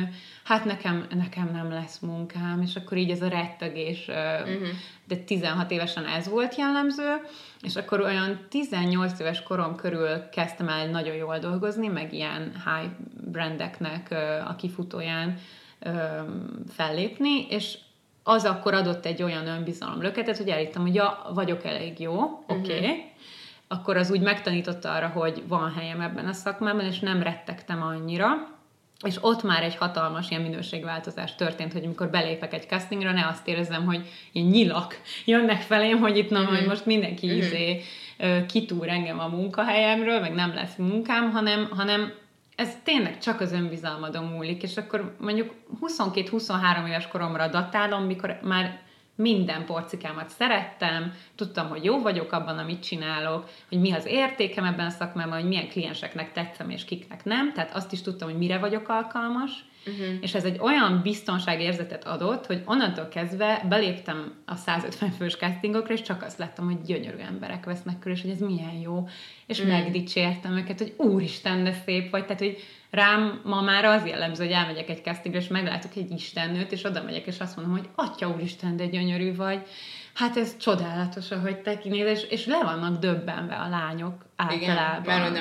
Speaker 2: hát nekem nem lesz munkám, és akkor így ez a rettegés, de 16 évesen ez volt jellemző, és akkor olyan 18 éves korom körül kezdtem el nagyon jól dolgozni, meg ilyen high brandeknek a kifutóján fellépni, és az akkor adott egy olyan önbizalomlöketet, hogy elhittem, hogy ja, vagyok elég jó, oké. Akkor az úgy megtanította arra, hogy van helyem ebben a szakmában, és nem rettegtem annyira, és ott már egy hatalmas ilyen minőségváltozás történt, hogy amikor belépek egy castingra, ne azt érezzem, hogy ilyen nyilak jönnek felém, hogy itt hogy most mindenki kitúr engem a munkahelyemről, meg nem lesz munkám, hanem ez tényleg csak az önbizalmadon múlik, és akkor mondjuk 22-23 éves koromra datálom, mikor már minden porcikámat szerettem, tudtam, hogy jó vagyok abban, amit csinálok, hogy mi az értékem ebben a szakmában, hogy milyen klienseknek tetszem, és kiknek nem, tehát azt is tudtam, hogy mire vagyok alkalmas, és ez egy olyan biztonságérzetet adott, hogy onnantól kezdve beléptem a 150 fős castingokra, és csak azt láttam, hogy gyönyörű emberek vesznek körül, és hogy ez milyen jó, és megdicsértem őket, hogy úristen, de szép vagy, tehát, hogy rám ma már az jellemző, hogy elmegyek egy castingra, és meglátok egy istennőt, és oda megyek, és azt mondom, hogy atya úristen, de gyönyörű vagy. Hát ez csodálatos, ahogy te kinéz, és le vannak döbbenve a lányok általában.
Speaker 1: Igen, mert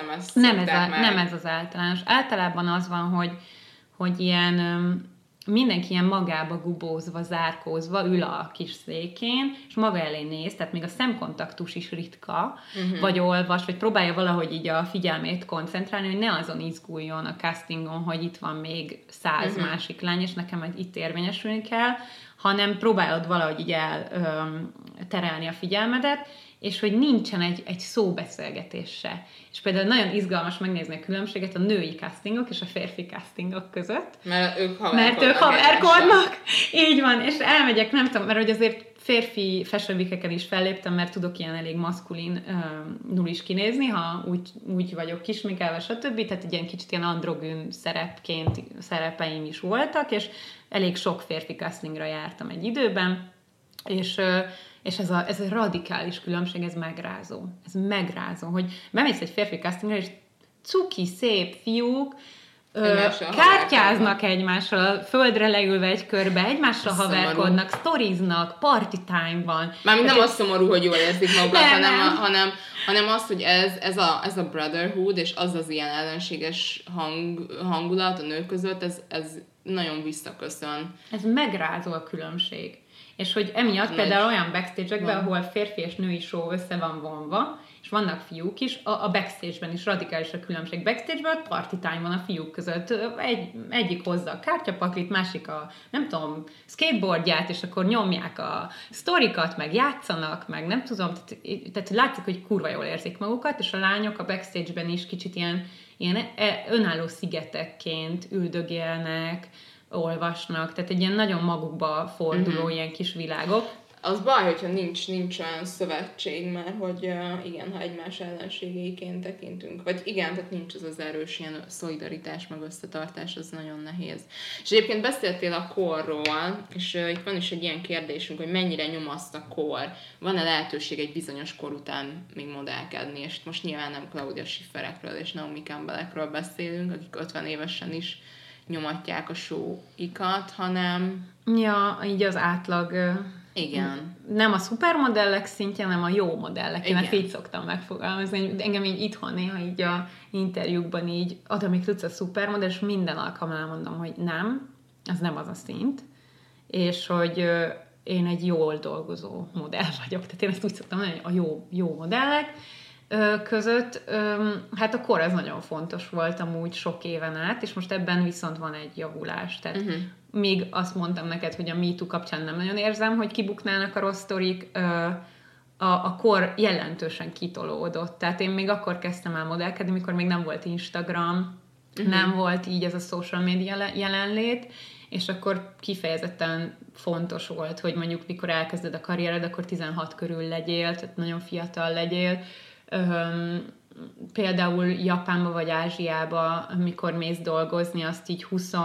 Speaker 1: nem
Speaker 2: ez az általános. Általában az van, hogy ilyen mindenki ilyen magába gubózva, zárkózva ül a kis székén, és maga elé néz, tehát még a szemkontaktus is ritka, vagy olvas, vagy próbálja valahogy így a figyelmét koncentrálni, hogy ne azon izguljon a castingon, hogy itt van még 100 másik lány, és nekem itt érvényesülni kell, hanem próbálod valahogy így elterelni a figyelmedet, és hogy nincsen egy szóbeszélgetés se. És például nagyon izgalmas megnézni a különbséget a női castingok és a férfi castingok között.
Speaker 1: Mert ők
Speaker 2: haverkodnak. Így van, és elmegyek, nem tudom, mert hogy azért férfi fashion weekeken is felléptem, mert tudok ilyen elég maszkulinul is kinézni, ha úgy vagyok kisminkelve, stb. Tehát egy ilyen kicsit ilyen androgyn szerepeim is voltak, és elég sok férfi castingra jártam egy időben, és ez a radikális különbség, ez megrázó, hogy bemész egy férfi castingra, és cuki, szép fiúk, kártyáznak egymással, földre leülve egy körbe, egymással haverkodnak, sztoriznak, party time van.
Speaker 1: Mármint nem az szomorú, hogy jól érzik magukat, hanem az, hogy ez a brotherhood, és az ilyen ellenséges hangulat a nők között, ez nagyon visszaköszön.
Speaker 2: Ez megrázó a különbség. És hogy emiatt például olyan backstage-ekben, ahol férfi és női show össze van vonva, és vannak fiúk is, a backstage-ben is radikális a különbség. Backstage-ben party time van a fiúk között. Egyik hozza a kártyapaklit, másik a, nem tudom, skateboardját, és akkor nyomják a sztorikat, meg játszanak, meg nem tudom, tehát látszik, hogy kurva jól érzik magukat, és a lányok a backstage-ben is kicsit ilyen önálló szigetekként üldögélnek, olvasnak, tehát egy ilyen nagyon magukba forduló ilyen kis világok.
Speaker 1: Az baj, hogyha nincs olyan szövetség, mert hogy igen, ha egymás ellenségeiként tekintünk, vagy igen, tehát nincs az erős ilyen szolidaritás, meg összetartás, az nagyon nehéz. És egyébként beszéltél a korról, és itt van is egy ilyen kérdésünk, hogy mennyire nyomaszt a kor. Van-e lehetőség egy bizonyos kor után még modellkedni, és most nyilván nem Claudia Schifferekről és Naomi Campbellekről beszélünk, akik 50 évesen is nyomatják a show-ikat, hanem...
Speaker 2: Ja, így az átlag...
Speaker 1: Igen.
Speaker 2: Nem a szupermodellek szintjén, hanem a jó modellek. Én ezt így szoktam megfogalmazni. Engem így itthon néha így a interjúkban így oda még tudsz a szupermodell, és minden alkalommal mondom, hogy nem, az nem az a szint, és hogy én egy jól dolgozó modell vagyok. Tehát én ezt úgy szoktam mondani, hogy a jó modellek között, hát a kor az nagyon fontos volt amúgy sok éven át, és most ebben viszont van egy javulás. Tehát még azt mondtam neked, hogy a MeToo kapcsán nem nagyon érzem, hogy kibuknának a rossz sztorik, a kor jelentősen kitolódott. Tehát én még akkor kezdtem el modellkedni, mikor még nem volt Instagram, nem volt így ez a social media jelenlét, és akkor kifejezetten fontos volt, hogy mondjuk mikor elkezded a karriered, akkor 16 körül legyél, tehát nagyon fiatal legyél. Például Japánba vagy Ázsiába, amikor mész dolgozni, azt így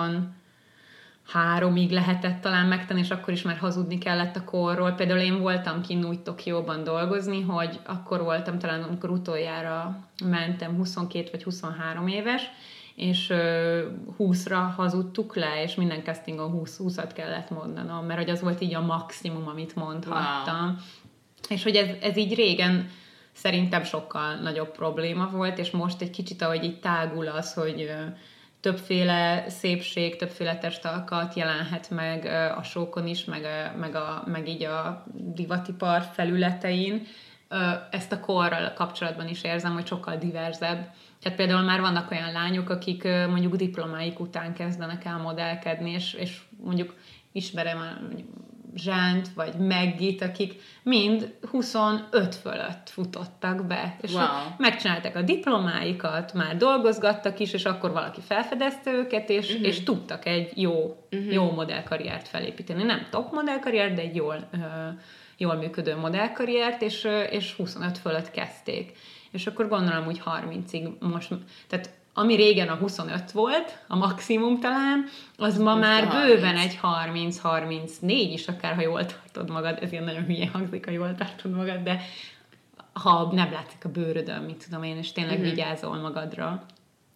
Speaker 2: 23-ig lehetett talán megtenni, és akkor is már hazudni kellett a korról. Például én voltam kint úgy Tokióban dolgozni, hogy akkor voltam talán, amikor utoljára mentem 22 vagy 23 éves, és 20-ra hazudtuk le, és minden castingon 20-at kellett mondanom, mert hogy az volt így a maximum, amit mondhattam. Wow. És hogy ez így régen szerintem sokkal nagyobb probléma volt, és most egy kicsit, ahogy így tágul az, hogy többféle szépség, többféle testalkat jelenhet meg a show-kon is, meg így a divatipar felületein. Ezt a korral kapcsolatban is érzem, hogy sokkal diverzebb. Tehát például már vannak olyan lányok, akik mondjuk diplomáik után kezdenek el modellkedni, és mondjuk ismerem Zsánt, vagy Meggit, akik mind 25 fölött futottak be, és megcsinálták a diplomáikat, már dolgozgattak is, és akkor valaki felfedezte őket, és tudtak egy jó modellkarriert felépíteni. Nem top modellkarriert, de egy jól működő modellkarriert, és 25 fölött kezdték. És akkor gondolom, hogy 30-ig most, tehát ami régen a 25 volt, a maximum talán, az ma már bőven egy 30-34 is, akár ha jól tartod magad, ez ilyen nagyon hülye hangzik, ha jól tartod magad, de ha nem látszik a bőrödön, mit tudom én, és tényleg vigyázol magadra.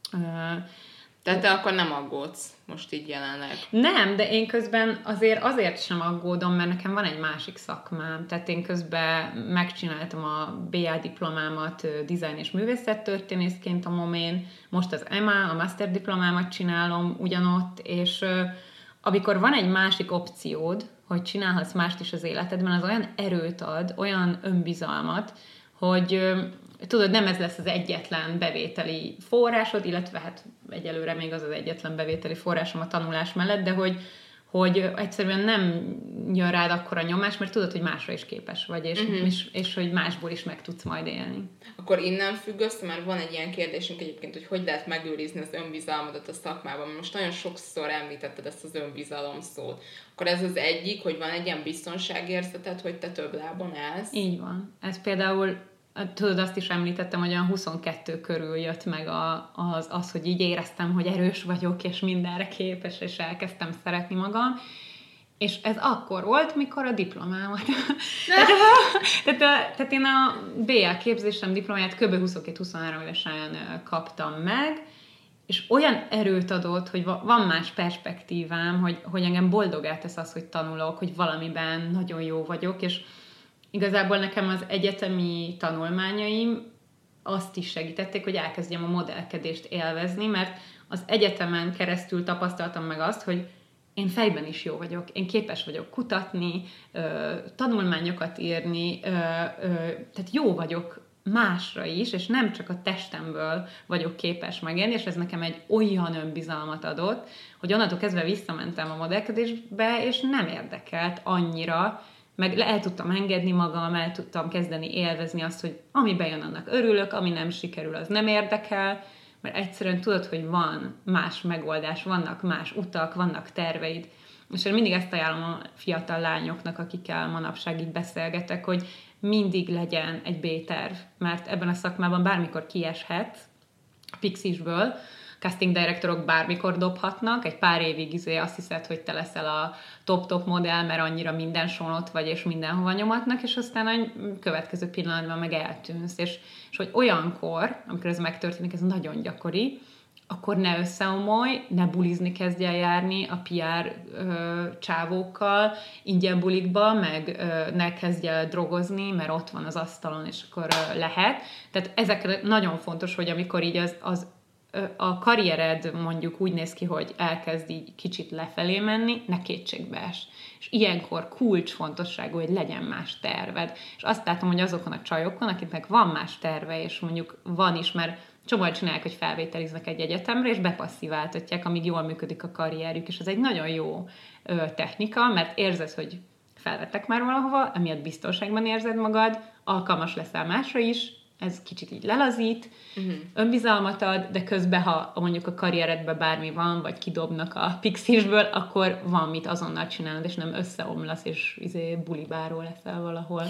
Speaker 1: Tehát te akkor nem aggódsz most így jelenleg?
Speaker 2: Nem, de én közben azért sem aggódom, mert nekem van egy másik szakmám. Tehát én közben megcsináltam a BA diplomámat design és művészettörténészként a MOMén, most az EMA, a master diplomámat csinálom ugyanott, és amikor van egy másik opciód, hogy csinálhatsz mást is az életedben, az olyan erőt ad, olyan önbizalmat, hogy tudod, nem ez lesz az egyetlen bevételi forrásod, illetve hát egyelőre még az egyetlen bevételi forrásom a tanulás mellett, de hogy egyszerűen nem jön rád akkora nyomás, mert tudod, hogy másra is képes vagy, és hogy másból is meg tudsz majd élni.
Speaker 1: Akkor innen függ össze, mert van egy ilyen kérdésünk egyébként, hogy lehet megőrizni az önbizalmadat a szakmában. Most nagyon sokszor említetted ezt az önbizalom szót. Akkor ez az egyik, hogy van egy ilyen biztonságérzeted, hogy te több lábon állsz?
Speaker 2: Így van. Ez például tudod, azt is említettem, hogy olyan 22 körül jött meg az, hogy így éreztem, hogy erős vagyok, és mindenre képes, és elkezdtem szeretni magam. És ez akkor volt, mikor a diplomámat. tehát én a BA képzésem diplomáját kb. 22-23 évesen kaptam meg, és olyan erőt adott, hogy van más perspektívám, hogy engem boldoggá tesz az, hogy tanulok, hogy valamiben nagyon jó vagyok, és igazából nekem az egyetemi tanulmányaim azt is segítették, hogy elkezdjem a modellkedést élvezni, mert az egyetemen keresztül tapasztaltam meg azt, hogy én fejben is jó vagyok, én képes vagyok kutatni, tanulmányokat írni, tehát jó vagyok másra is, és nem csak a testemből vagyok képes megélni, és ez nekem egy olyan önbizalmat adott, hogy onnantól kezdve visszamentem a modellkedésbe, és nem érdekelt annyira, meg el tudtam engedni magam, el tudtam kezdeni élvezni azt, hogy ami bejön, annak örülök, ami nem sikerül, az nem érdekel, mert egyszerűen tudod, hogy van más megoldás, vannak más utak, vannak terveid. És én mindig ezt ajánlom a fiatal lányoknak, akikkel manapság így beszélgetek, hogy mindig legyen egy B-terv, mert ebben a szakmában bármikor kieshet a Pixisből, casting directorok bármikor dobhatnak, egy pár évig azt hiszed, hogy te leszel a top-top modell, mert annyira minden sonot vagy, és mindenhova nyomatnak, és aztán a következő pillanatban meg eltűnsz. És hogy olyankor, amikor ez megtörténik, ez nagyon gyakori, akkor ne összeomolj, ne bulizni kezdj el járni a PR csávókkal, ingyen bulikba, meg ne kezdj el drogozni, mert ott van az asztalon, és akkor lehet. Tehát ezek nagyon fontos, hogy amikor így a karriered mondjuk úgy néz ki, hogy elkezd így kicsit lefelé menni, ne kétségbe es. És ilyenkor kulcsfontosságú, hogy legyen más terved. És azt látom, hogy azokon a csajokon, akiknek van más terve, és mondjuk van is, mert csomóan csinálják, hogy felvételiznek egy egyetemre, és bepassziváltatják, amíg jól működik a karrierjük, és ez egy nagyon jó technika, mert érzed, hogy felvettek már valahova, emiatt biztonságban érzed magad, alkalmas leszel másra is, ez kicsit így lelazít, önbizalmat ad, de közben, ha mondjuk a karrieredben bármi van, vagy kidobnak a Pixisből, akkor van mit azonnal csinálnod, és nem összeomlasz, és bulibáról leszel valahol.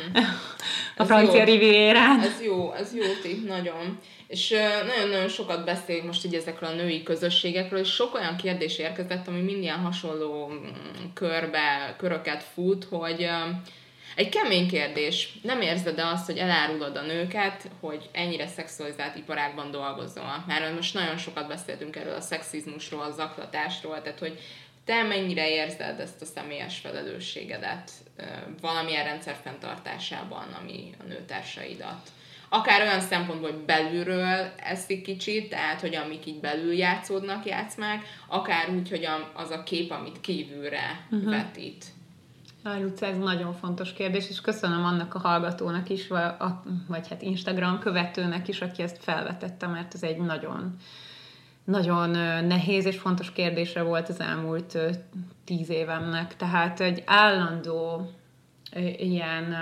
Speaker 2: A francia rivierán.
Speaker 1: Ez jó tipp, nagyon. És nagyon-nagyon sokat beszélünk most így ezekről a női közösségekről, és sok olyan kérdés érkezett, ami mind ilyen hasonló köröket fut, hogy Egy kemény kérdés. Nem érzed-e azt, hogy elárulod a nőket, hogy ennyire szexualizált iparágban dolgozol? Már most nagyon sokat beszéltünk erről a szexizmusról, a zaklatásról, tehát hogy te mennyire érzed ezt a személyes felelősségedet valamilyen rendszer fenntartásában, ami a nőtársaidat? Akár olyan szempontból, hogy belülről eszik kicsit, tehát hogy amik így belül játszódnak, játszmák, akár úgy, hogy az a kép, amit kívülre vetít.
Speaker 2: Luca, ez nagyon fontos kérdés, és köszönöm annak a hallgatónak is, vagy hát Instagram követőnek is, aki ezt felvetette, mert ez egy nagyon, nagyon nehéz és fontos kérdése volt az elmúlt 10 évemnek. Tehát egy állandó ilyen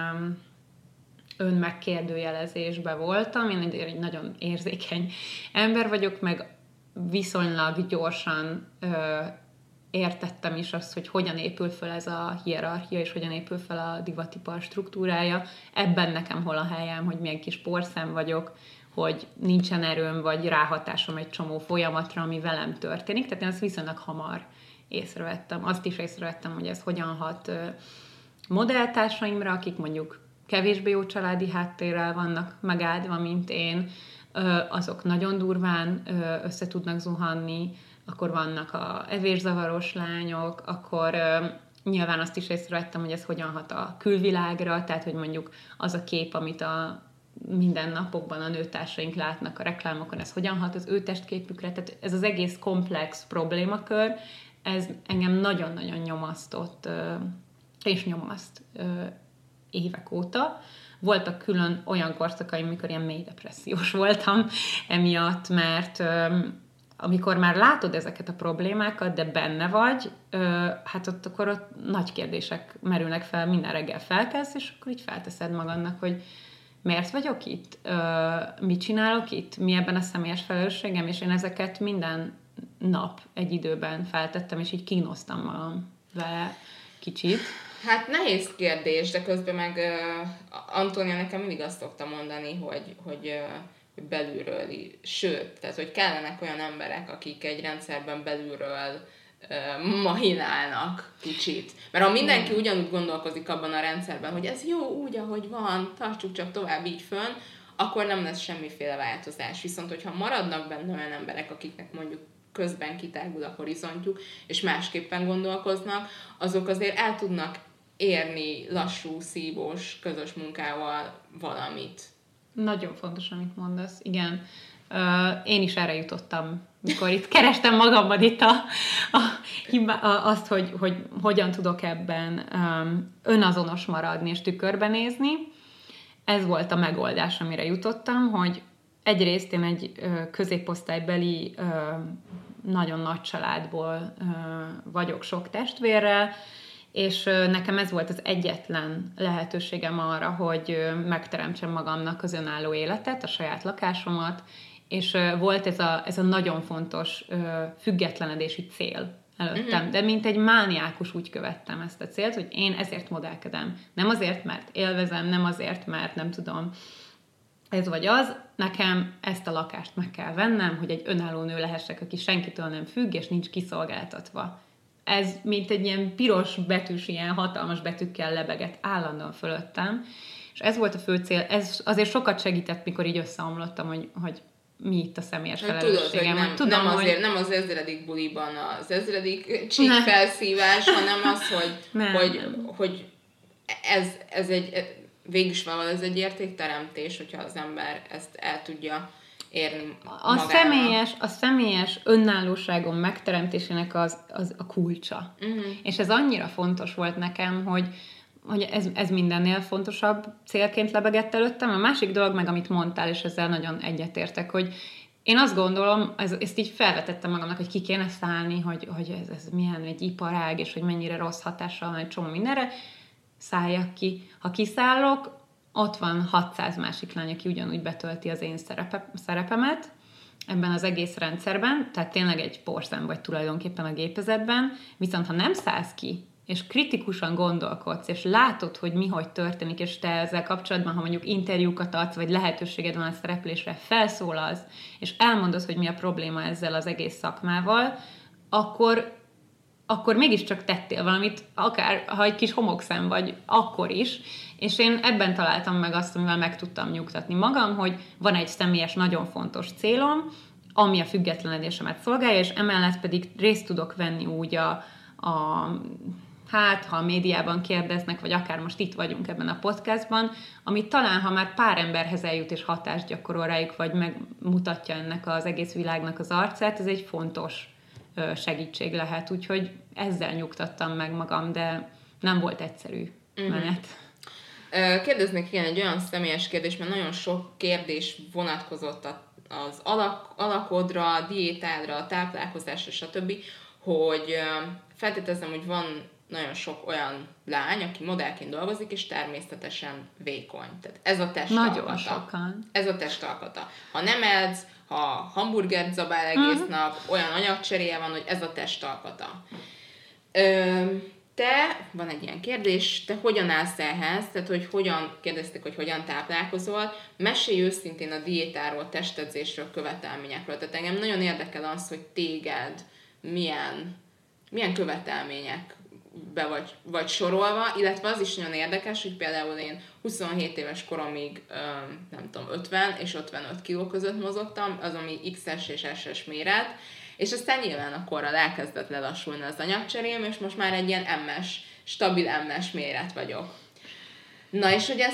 Speaker 2: önmegkérdőjelezésbe voltam. Én egy nagyon érzékeny ember vagyok, meg viszonylag gyorsan értettem is azt, hogy hogyan épül fel ez a hierarchia, és hogyan épül fel a divatipar struktúrája. Ebben nekem hol a helyem, hogy milyen kis porszem vagyok, hogy nincsen erőm, vagy ráhatásom egy csomó folyamatra, ami velem történik. Tehát én azt viszonylag hamar észrevettem. Azt is észrevettem, hogy ez hogyan hat modelltársaimra, akik mondjuk kevésbé jó családi háttérrel vannak megáldva, mint én, azok nagyon durván össze tudnak zuhanni, akkor vannak a evészavaros lányok, akkor nyilván azt is észrevettem, hogy ez hogyan hat a külvilágra, tehát hogy mondjuk az a kép, amit a mindennapokban a nőtársaink látnak a reklámokon, ez hogyan hat az ő testképükre, tehát ez az egész komplex problémakör, ez engem nagyon-nagyon nyomasztott, és nyomaszt évek óta. Voltak külön olyan korszakaim, mikor ilyen mély depressziós voltam emiatt, mert amikor már látod ezeket a problémákat, de benne vagy, hát ott nagy kérdések merülnek fel, minden reggel felkelsz, és akkor így felteszed magadnak, hogy miért vagyok itt? Mit csinálok itt? Mi ebben a személyes felelősségem? És én ezeket minden nap egy időben feltettem, és így kínoztam magam vele kicsit.
Speaker 1: Hát nehéz kérdés, de közben meg Antónia nekem mindig azt szokta mondani, hogy belülről, sőt, tehát hogy kellenek olyan emberek, akik egy rendszerben belülről mahinálnak kicsit. Mert ha mindenki ugyanúgy gondolkozik abban a rendszerben, hogy ez jó úgy, ahogy van, tartsuk csak tovább így fönn, akkor nem lesz semmiféle változás. Viszont, hogyha maradnak benne olyan emberek, akiknek mondjuk közben kitágul a horizontjuk, és másképpen gondolkoznak, azok azért el tudnak érni lassú, szívós, közös munkával valamit.
Speaker 2: Nagyon fontos, amit mondasz, igen. Én is erre jutottam, mikor itt kerestem magamban itt azt, hogy hogyan tudok ebben önazonos maradni és tükörbe nézni. Ez volt a megoldás, amire jutottam, hogy egyrészt én egy középosztálybeli, nagyon nagy családból vagyok sok testvérrel, és nekem ez volt az egyetlen lehetőségem arra, hogy megteremtsem magamnak az önálló életet, a saját lakásomat, és volt ez a nagyon fontos függetlenedési cél előttem, de mint egy mániákus úgy követtem ezt a célt, hogy én ezért modellkedem. Nem azért, mert élvezem, nem azért, mert nem tudom, ez vagy az, nekem ezt a lakást meg kell vennem, hogy egy önálló nő lehessek, aki senkitől nem függ, és nincs kiszolgáltatva. Ez mint egy ilyen piros betűs, ilyen hatalmas betűkkel lebegett állandóan fölöttem, és ez volt a fő cél. Ez azért sokat segített, mikor így összeomlottam, hogy mi itt a személyes felelősségem.
Speaker 1: Tudom, nem az ezredik buliban az ezredik csík felszívás, hanem az, hogy ez egy végülis valahol ez egy értékteremtés, hogyha az ember ezt el tudja érni magának.
Speaker 2: A személyes önállóságom megteremtésének az a kulcsa. És ez annyira fontos volt nekem, hogy ez mindennél fontosabb célként lebegett előttem. A másik dolog meg, amit mondtál, és ezzel nagyon egyetértek, hogy én azt gondolom, ezt így felvetettem magamnak, hogy ki kéne szállni, hogy ez milyen egy iparág, és hogy mennyire rossz hatással van egy csomó mindenre, szálljak ki. Ha kiszállok, ott van 600 másik lány, aki ugyanúgy betölti az én szerepemet ebben az egész rendszerben, tehát tényleg egy porszem vagy tulajdonképpen a gépezetben, viszont ha nem szállsz ki, és kritikusan gondolkodsz, és látod, hogy mi hogy történik, és te ezzel kapcsolatban, ha mondjuk interjúkat adsz, vagy lehetőséged van a szereplésre, felszólalsz, és elmondod, hogy mi a probléma ezzel az egész szakmával, akkor akkor mégiscsak tettél valamit, akár ha egy kis homokszem vagy, akkor is, és én ebben találtam meg azt, amivel meg tudtam nyugtatni magam, hogy van egy személyes, nagyon fontos célom, ami a függetlenedésemet szolgálja, és emellett pedig részt tudok venni úgy hát, ha a médiában kérdeznek, vagy akár most itt vagyunk ebben a podcastban, ami talán, ha már pár emberhez eljut és hatást gyakorol rájuk, vagy megmutatja ennek az egész világnak az arcát, ez egy fontos segítség lehet. Úgyhogy ezzel nyugtattam meg magam, de nem volt egyszerű menet.
Speaker 1: Kérdeznék igen egy olyan személyes kérdés, mert nagyon sok kérdés vonatkozott az alakodra, a diétádra, a táplálkozásra, stb., hogy feltételezem, hogy van nagyon sok olyan lány, aki modellként dolgozik, és természetesen vékony. Tehát ez a testalkata.
Speaker 2: Nagyon sokan.
Speaker 1: Ez a testalkata. Ha nem edz, ha hamburgert zabál egész nap, olyan anyagcseréje van, hogy ez a testalkata. Van egy ilyen kérdés, te hogyan állsz ehhez? Tehát, hogy kérdezték, hogy hogyan táplálkozol. Mesélj őszintén a diétáról, testedzésről, követelményekről. Tehát engem nagyon érdekel az, hogy téged milyen követelményekbe vagy sorolva, illetve az is nagyon érdekes, hogy például én 27 éves koromig, nem tudom, 50 és 55 kiló között mozogtam, az ami XS és SS méret, és aztán nyilván a korral elkezdett lelassulni az anyagcserém, és most már egy ilyen MS, stabil MS méret vagyok. Na és hogy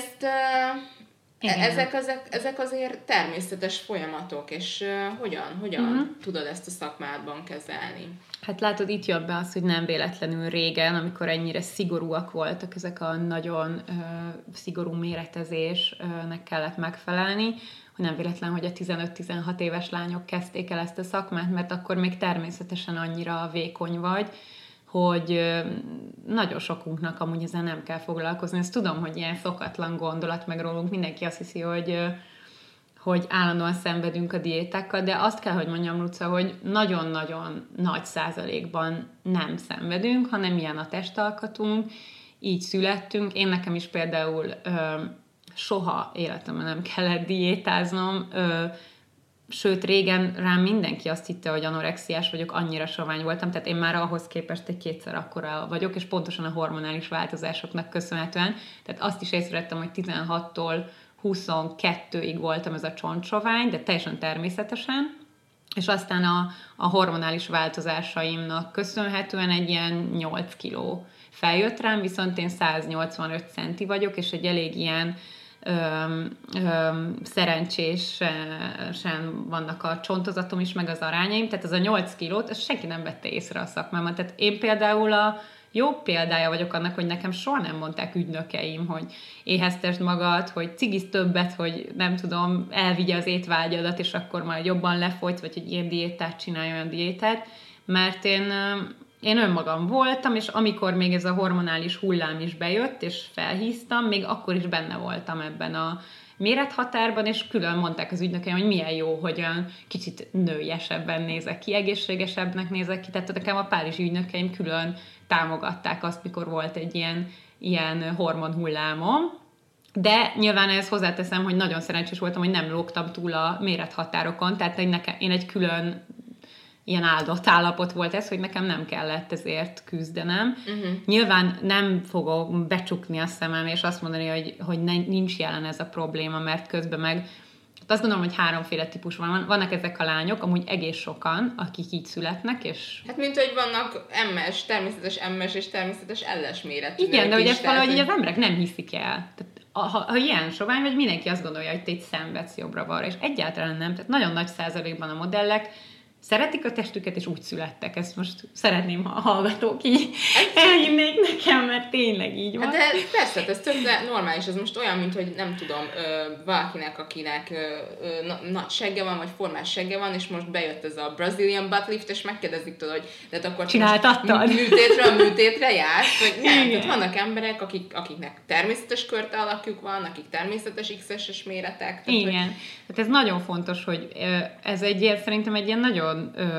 Speaker 1: ezek azért természetes folyamatok, és hogyan tudod ezt a szakmádban kezelni?
Speaker 2: Hát látod, itt jön be az, hogy nem véletlenül régen, amikor ennyire szigorúak voltak ezek a nagyon szigorú méretezésnek kellett megfelelni, hogy nem véletlen, hogy a 15-16 éves lányok kezdték el ezt a szakmát, mert akkor még természetesen annyira vékony vagy, hogy nagyon sokunknak amúgy ezzel nem kell foglalkozni. Ezt tudom, hogy ilyen szokatlan gondolat, meg rólunk mindenki azt hiszi, hogy állandóan szenvedünk a diétákkal, de azt kell, hogy mondjam, Luca, hogy nagyon-nagyon nagy százalékban nem szenvedünk, hanem ilyen a testalkatunk, így születtünk. Én nekem is például soha életemben nem kellett diétáznom, sőt, régen rám mindenki azt hitte, hogy anorexiás vagyok, annyira sovány voltam, tehát én már ahhoz képest egy kétszer akkora vagyok, és pontosan a hormonális változásoknak köszönhetően. Tehát azt is észrevettem, hogy 16-tól 22-ig voltam ez a csontsovány, de teljesen természetesen, és aztán a hormonális változásaimnak köszönhetően egy ilyen 8 kiló feljött rám, viszont én 185 centi vagyok, és egy elég ilyen szerencsésen vannak a csontozatom is, meg az arányaim, tehát az a 8 kilót, ezt senki nem vette észre a szakmában. Tehát én például a jó példája vagyok annak, hogy nekem soha nem mondták ügynökeim, hogy éheztesd magad, hogy cigiz többet, hogy nem tudom, elvigye az étvágyadat, és akkor majd jobban lefogysz, vagy hogy ilyen diétát csinálj, olyan diétát, mert én önmagam voltam, és amikor még ez a hormonális hullám is bejött, és felhíztam, még akkor is benne voltam ebben a mérethatárban, és külön mondták az ügynökeim, hogy milyen jó, hogy olyan kicsit nőiesebben nézek ki, egészségesebbnek nézek ki, tehát nekem a párizsi ügynökeim külön támogatták azt, mikor volt egy ilyen hormonhullámom. De nyilván ehhez hozzáteszem, hogy nagyon szerencsés voltam, hogy nem lógtam túl a mérethatárokon, tehát én egy külön ilyen áldott állapot volt ez, hogy nekem nem kellett ezért küzdenem. Nyilván nem fogok becsukni a szemem, és azt mondani, hogy nincs jelen ez a probléma, mert közben meg azt gondolom, hogy háromféle típus van. Vannak ezek a lányok, amúgy egész sokan, akik így születnek, és...
Speaker 1: Hát mint, hogy vannak MS, természetes MS és természetes LS méretű.
Speaker 2: Igen, de hogy ezt valahogy az emberek nem hiszik el. Tehát, ha ilyen sovány vagy, mindenki azt gondolja, hogy te itt szenvedsz jobbra-balra, és egyáltalán nem. Tehát nagyon nagy százalékban a modellek szeretik a testüket, és úgy születtek. Ezt most szeretném, ha a hallgatók így elhinnék nekem, mert tényleg így van.
Speaker 1: Hát de persze, ez tök normális. Ez most olyan, mint hogy nem tudom, valakinek, akinek nagy segge van, vagy formás segge van, és most bejött ez a Brazilian butt lift, és megkérdezik tőle, hogy de akkor
Speaker 2: csináltattad?
Speaker 1: Műtétre jársz, vagy nem. Tehát vannak emberek, akiknek természetes körte alakjuk van, akik természetes XS-es méretek. Tehát,
Speaker 2: igen. Tehát ez nagyon fontos, hogy ez szerintem egy ilyen nagyon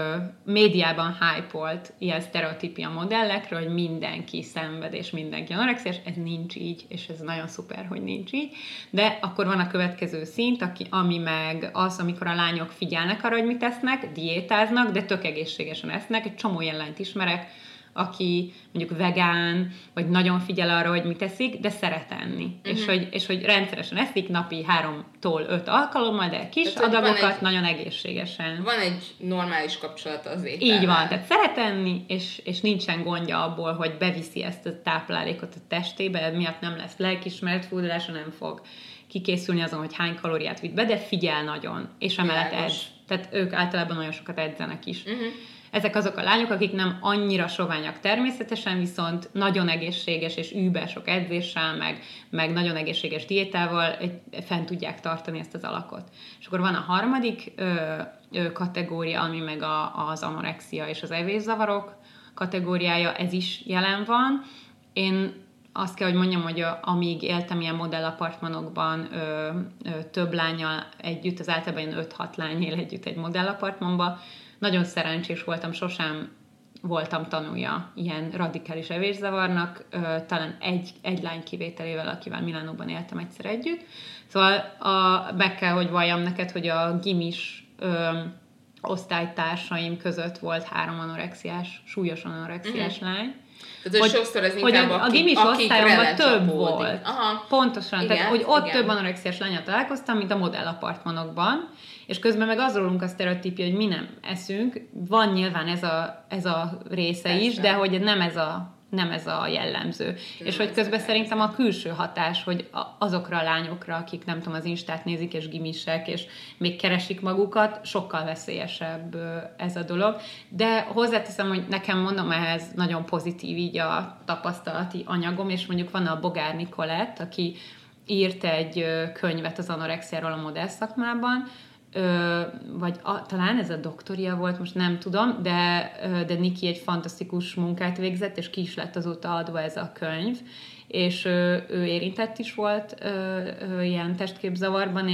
Speaker 2: médiában hype-olt ilyen sztereotípia modellekről, hogy mindenki szenved, és mindenki anorexiás, ez nincs így, és ez nagyon szuper, hogy nincs így. De akkor van a következő szint, ami meg az, amikor a lányok figyelnek arra, hogy mit esznek, diétáznak, de tök egészségesen esznek. Egy csomó ilyen lányt ismerek, aki mondjuk vegán, vagy nagyon figyel arra, hogy mit eszik, de szeret enni. És hogy rendszeresen eszik napi 3-tól 5 alkalommal, de kis tehát, adagokat nagyon egészségesen.
Speaker 1: Van egy normális kapcsolata az étellel.
Speaker 2: Így van, tehát szeret enni, és nincsen gondja abból, hogy beviszi ezt a táplálékot a testébe, miatt nem lesz lelkiismeret furdalása, nem fog kikészülni azon, hogy hány kalóriát vitt be, de figyel nagyon, és emellett edz. Tehát ők általában nagyon sokat edzenek is. Ezek azok a lányok, akik nem annyira soványak természetesen, viszont nagyon egészséges és sok edzéssel, meg nagyon egészséges diétával fent tudják tartani ezt az alakot. És akkor van a harmadik kategória, ami meg az anorexia és az evészavarok kategóriája, ez is jelen van. Én azt kell, hogy mondjam, hogy amíg éltem ilyen modellapartmanokban több lánnyal együtt, az általában ilyen 5-6 lány él együtt egy modellapartmanban, nagyon szerencsés voltam, sosem voltam tanulja ilyen radikális evészavarnak, talán egy lány kivételével, akivel Milánóban éltem egyszer együtt. Szóval meg kell, hogy valljam neked, hogy a gimis osztálytársaim között volt 3 anorexiás, súlyos anorexiás lány.
Speaker 1: Tehát, hogy sokszor ez inkább
Speaker 2: a gimis osztályomban több volt.
Speaker 1: Aha.
Speaker 2: Pontosan. Igen, tehát, hogy ott több anorexiás lányat találkoztam, mint a modellapartmanokban, és közben meg az rólunk a sztereotípia, hogy mi nem eszünk. Van nyilván ez a része is, de hogy nem ez a jellemző. És hogy közben szerintem a külső hatás, hogy azokra a lányokra, akik nem tudom, az Instát nézik, és gimisek, és még keresik magukat, sokkal veszélyesebb ez a dolog. De hozzáteszem, hogy nekem mondom, ehhez nagyon pozitív így a tapasztalati anyagom, és mondjuk van a Bogár Nikolett, aki írt egy könyvet az anorexiáról a modell szakmában, talán ez a doktoria volt, most nem tudom, de Niki egy fantasztikus munkát végzett, és ki is lett azóta adva ez a könyv, és ő érintett is volt ilyen testképzavarban,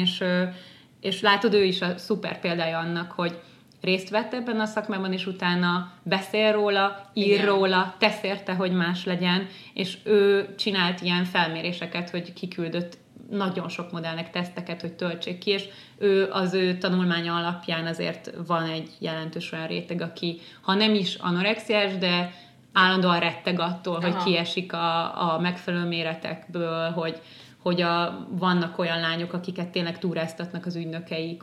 Speaker 2: és látod, ő is a szuper példája annak, hogy részt vett ebben a szakmában, és utána beszél róla, ír róla, tesz érte, hogy más legyen, és ő csinált ilyen felméréseket, hogy kiküldött nagyon sok modellnek teszteket, hogy töltsék ki, és az ő tanulmánya alapján azért van egy jelentős olyan réteg, aki, ha nem is anorexiás, de állandóan retteg attól, hogy kiesik a megfelelő méretekből, hogy vannak olyan lányok, akiket tényleg túráztatnak az ügynökeik,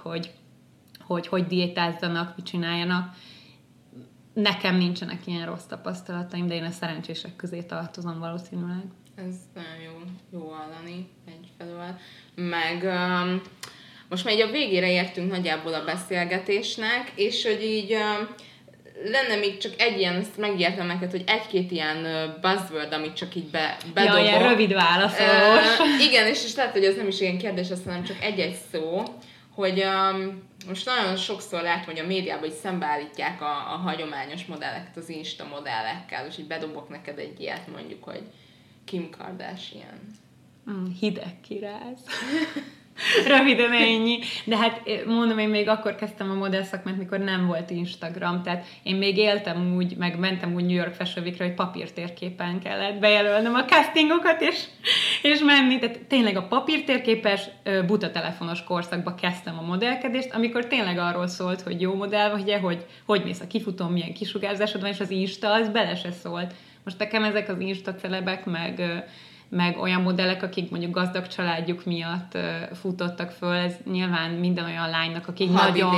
Speaker 2: hogy diétázzanak, mit csináljanak. Nekem nincsenek ilyen rossz tapasztalataim, de én a szerencsések közé tartozom valószínűleg.
Speaker 1: Ez nagyon jó hallani egyfelől. Meg most már így a végére értünk nagyjából a beszélgetésnek, és hogy így lenne még csak egy ilyen, ezt megértem neked, hogy egy-két ilyen buzzword, amit csak így bedobok.
Speaker 2: Ja, ilyen rövid válaszolós.
Speaker 1: Igen, és lehet, hogy ez nem is ilyen kérdés, azt hanem csak egy-egy szó, hogy most nagyon sokszor látom, hogy a médiában is szembeállítják a hagyományos modelleket az Insta modellekkel, és így bedobok neked egy ilyet, mondjuk, hogy Kim Kardashian.
Speaker 2: Hideg kiráz. Röviden ennyi. De hát mondom, én még akkor kezdtem a modellszakmát, mikor nem volt Instagram, tehát én még éltem úgy, meg mentem úgy New York Fashion Weekre, hogy papírtérképen kellett bejelölnöm a castingokat, és menni. Tehát tényleg a papírtérképes, buta telefonos korszakba kezdtem a modellkedést, amikor tényleg arról szólt, hogy jó modell vagy, hogy mész a kifutón, milyen kisugárzásod van, és az Insta, az bele se szólt. Most nekem ezek az Insta celebek, meg olyan modellek, akik mondjuk gazdag családjuk miatt futottak föl, ez nyilván minden olyan lánynak, akik nagyon...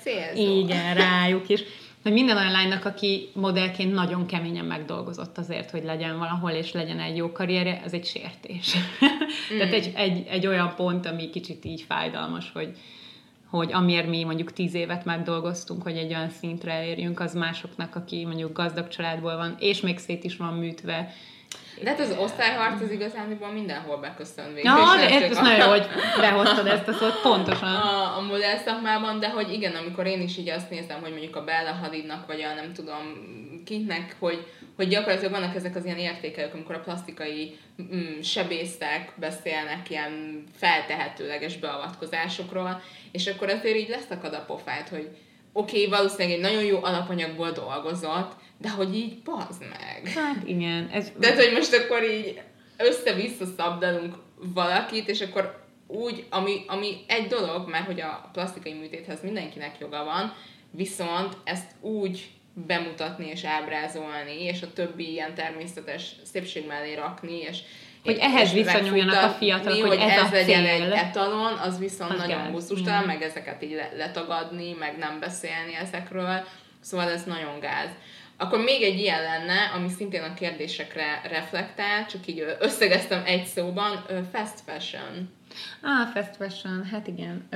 Speaker 2: Igen, rájuk is. Hogy minden olyan lánynak, aki modellként nagyon keményen megdolgozott azért, hogy legyen valahol, és legyen egy jó karrierje, ez egy sértés. Tehát egy olyan pont, ami kicsit így fájdalmas, hogy amiért mi mondjuk 10 évet megdolgoztunk, hogy egy olyan szintre elérjünk, az másoknak, aki mondjuk gazdag családból van, és még szét is van műtve.
Speaker 1: De hát az osztályharc az igazániból mindenhol beköszön végül.
Speaker 2: Ja, de ez nagyon jó, hogy behoztad ezt a szót, pontosan.
Speaker 1: A modell szakmában, de hogy igen, amikor én is így azt nézem, hogy mondjuk a Bella Hadidnak, vagy a nem tudom kiknek, hogy gyakorlatilag vannak ezek az ilyen értékelők, amikor a plastikai sebészek beszélnek ilyen feltehetőleges beavatkozásokról, és akkor azért így leszakad a pofád, hogy oké, valószínűleg egy nagyon jó alapanyagból dolgozott, de hogy így bazd meg.
Speaker 2: Hát igen.
Speaker 1: Tehát, hogy most akkor így össze-vissza szabdalunk valakit, és akkor úgy, ami egy dolog, mert hogy a plastikai műtéthez mindenkinek joga van, viszont ezt úgy bemutatni és ábrázolni, és a többi ilyen természetes szépség mellé rakni, és
Speaker 2: hogy ehhez viszonyuljanak a fiatalok, hogy ez legyen
Speaker 1: egy etalon, az viszont az nagyon gusztustalan,
Speaker 2: Mm.
Speaker 1: meg ezeket így letagadni, meg nem beszélni ezekről, szóval ez nagyon gáz. Akkor még egy ilyen lenne, ami szintén a kérdésekre reflektál, csak így összegeztem egy szóban, fast fashion.
Speaker 2: Fast fashion, hát igen.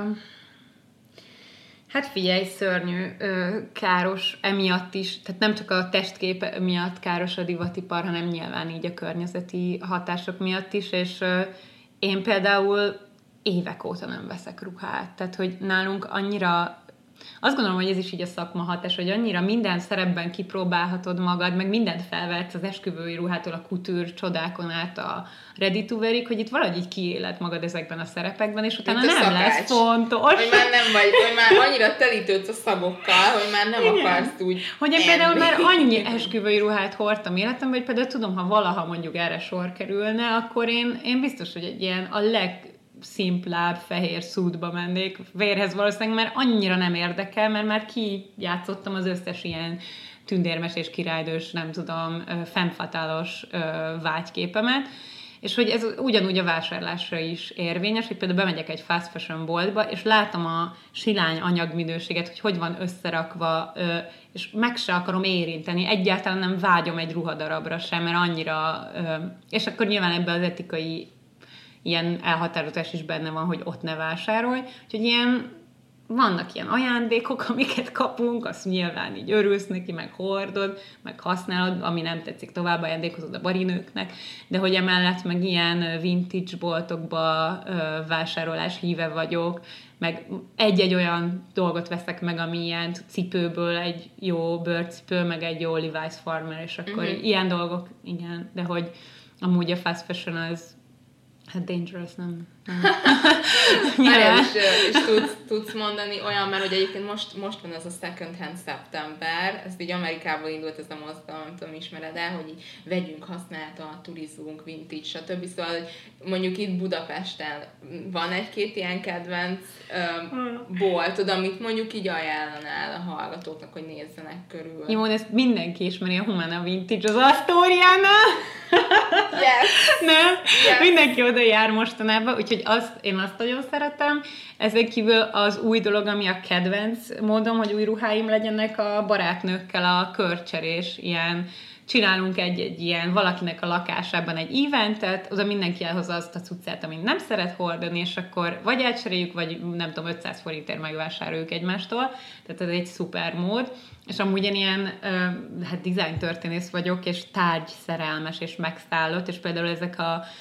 Speaker 2: Hát figyelj, szörnyű, káros emiatt is, tehát nem csak a testkép miatt káros a divatipar, hanem nyilván így a környezeti hatások miatt is, és én például évek óta nem veszek ruhát, tehát hogy nálunk annyira, azt gondolom, hogy ez is így a szakma hatás, hogy annyira minden szerepben kipróbálhatod magad, meg mindent felvetsz az esküvői ruhától a kutűr csodákon át a ready to wear-ig, hogy itt valahogy így kiéled magad ezekben a szerepekben, és utána nem lesz fontos.
Speaker 1: Hogy már nem vagy, hogy már annyira telítődsz a szagokkal, hogy már nem akarsz úgy
Speaker 2: hogy én például már annyi esküvői ruhát hordtam életemben, hogy például tudom, ha valaha mondjuk erre sor kerülne, akkor én biztos, hogy egy ilyen a szimplább fehér szútba mennék vérhez valószínűleg, mert annyira nem érdekel, mert már kijátszottam az összes ilyen tündérmes és királydős, nem tudom, fennfatálos vágyképemet, és hogy ez ugyanúgy a vásárlásra is érvényes, hogy például bemegyek egy fast fashion boltba, és látom a silány anyagminőséget, hogy van összerakva, és meg se akarom érinteni, egyáltalán nem vágyom egy ruhadarabra sem, mert annyira, és akkor nyilván ebben az etikai ilyen elhatározás is benne van, hogy ott ne vásárolj. Úgyhogy vannak ilyen ajándékok, amiket kapunk, azt nyilván így örülsz neki, meg hordod, meg használod, ami nem tetszik, tovább ajándékozod a barinőknek, de hogy emellett meg ilyen vintage boltokba vásárolás híve vagyok, meg egy-egy olyan dolgot veszek meg, ami ilyen cipőből egy jó bőrcipő, meg egy jó Levi's Farmer, és akkor ilyen dolgok, igen, de hogy amúgy a fast fashion az hát dangerous, nem.
Speaker 1: És tudsz mondani olyan, mert hogy egyébként most van ez a second hand September, ez így Amerikából indult ez a mozgalom, nem tudom, ismered el, hogy így vegyünk használtat, turizunk, vintage, stb. Szóval mondjuk itt Budapesten van egy-két ilyen kedvenc boltod, amit mondjuk így ajánlanál a hallgatóknak, hogy nézzenek körül.
Speaker 2: Jó, ezt mindenki ismeri, a Humana Vintage az Astoriánál.
Speaker 1: Yes.
Speaker 2: Nem?
Speaker 1: Yes.
Speaker 2: Mindenki oda jár mostanában, úgyhogy én azt nagyon szeretem. Ezen kívül az új dolog, ami a kedvenc módom, hogy új ruháim legyenek, a barátnőkkel a körcserés, ilyen csinálunk egy ilyen valakinek a lakásában egy eventet, oda mindenki elhozza azt a cuccát, amit nem szeret hordani, és akkor vagy elcseréljük, vagy nem tudom, 500 forintért megvásároljuk egymástól, tehát ez egy szuper mód. És amúgy én ilyen design történész vagyok, és tárgyszerelmes és megszállott, és például ezek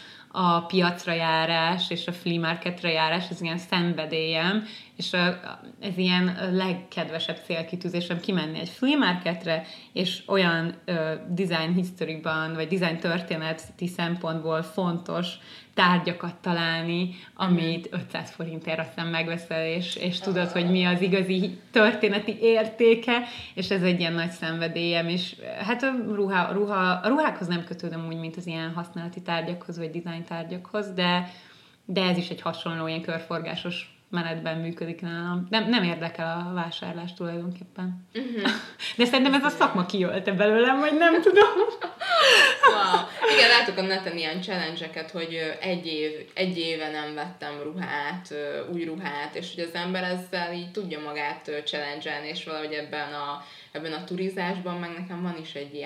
Speaker 2: a piacra járás és a flea marketre járás, ez ilyen szenvedélyem, és ez ilyen legkedvesebb célkitűzésem kimenni egy flea marketre, és olyan design historyban, vagy design történeti szempontból fontos tárgyakat találni, amit 500 forintért aztán megveszel, és tudod, hogy mi az igazi történeti értéke, és ez egy ilyen nagy szenvedélyem, és hát a ruhákhoz nem kötődöm úgy, mint az ilyen használati tárgyakhoz, vagy design tárgyakhoz, de ez is egy hasonló ilyen körforgásos menetben működik nálam. Nem érdekel a vásárlás tulajdonképpen. De szerintem ez a szakma kiölte belőlem, vagy nem tudom.
Speaker 1: Wow. Igen, látok a neten ilyen challenge-eket, hogy egy éve nem vettem új ruhát, és hogy az ember ezzel így tudja magát challenge-elni, és valahogy ebben a turizásban meg nekem van is egy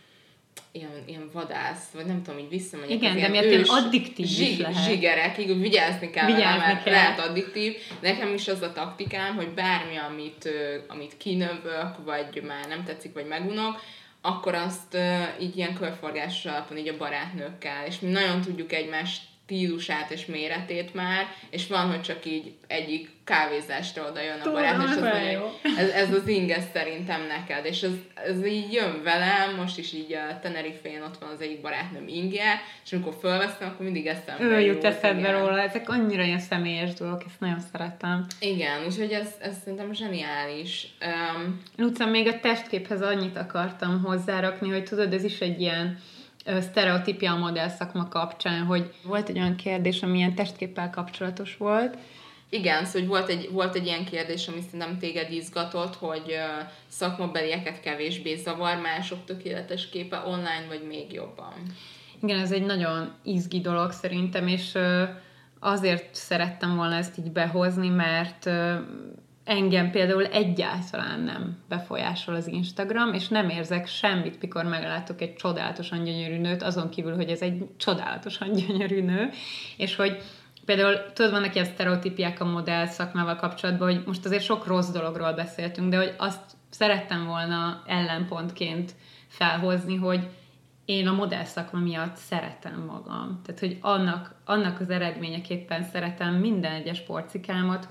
Speaker 1: ilyen vadász, vagy nem tudom, így visszamegyek.
Speaker 2: Igen, de miért ilyen addiktív is lehet.
Speaker 1: Zsigerek, így vigyázni kell, mert lehet addiktív. Nekem is az a taktikám, hogy bármi, amit kinövök, vagy már nem tetszik, vagy megunok, akkor azt így ilyen körforgásos alapon így a barátnőkkel, és mi nagyon tudjuk egymás stílusát és méretét már, és van, hogy csak így egyik kávézásra oda jön a barátnő, és ez az inges szerintem neked, és ez így jön velem, most is így a Tenerife-n ott van az egyik barátnőm ingje, és amikor fölveszem, akkor mindig eszembe
Speaker 2: ő jut eszedbe róla, ezek annyira ilyen személyes dolgok, ezt nagyon szeretem.
Speaker 1: Igen, úgyhogy ez szerintem zseniális.
Speaker 2: Luca, még a testképhez annyit akartam hozzárakni, hogy tudod, ez is egy ilyen sztereotípia a modell szakma kapcsán, hogy volt egy olyan kérdés, ami ilyen testképpel kapcsolatos volt,
Speaker 1: Igen, szóval hogy volt egy ilyen kérdés, ami szerintem téged izgatott, hogy szakmabelieket kevésbé zavar, mások tökéletes képe online, vagy még jobban.
Speaker 2: Igen, ez egy nagyon izgi dolog szerintem, és azért szerettem volna ezt így behozni, mert engem például egyáltalán nem befolyásol az Instagram, és nem érzek semmit, mikor meglátok egy csodálatosan gyönyörű nőt, azon kívül, hogy ez egy csodálatosan gyönyörű nő, és hogy például tudod, vannak ilyen sztereotípiák a modell szakmával kapcsolatban, hogy most azért sok rossz dologról beszéltünk, de hogy azt szerettem volna ellenpontként felhozni, hogy én a modell szakma miatt szeretem magam. Tehát, hogy annak az eredményeképpen szeretem minden egyes porcikámat,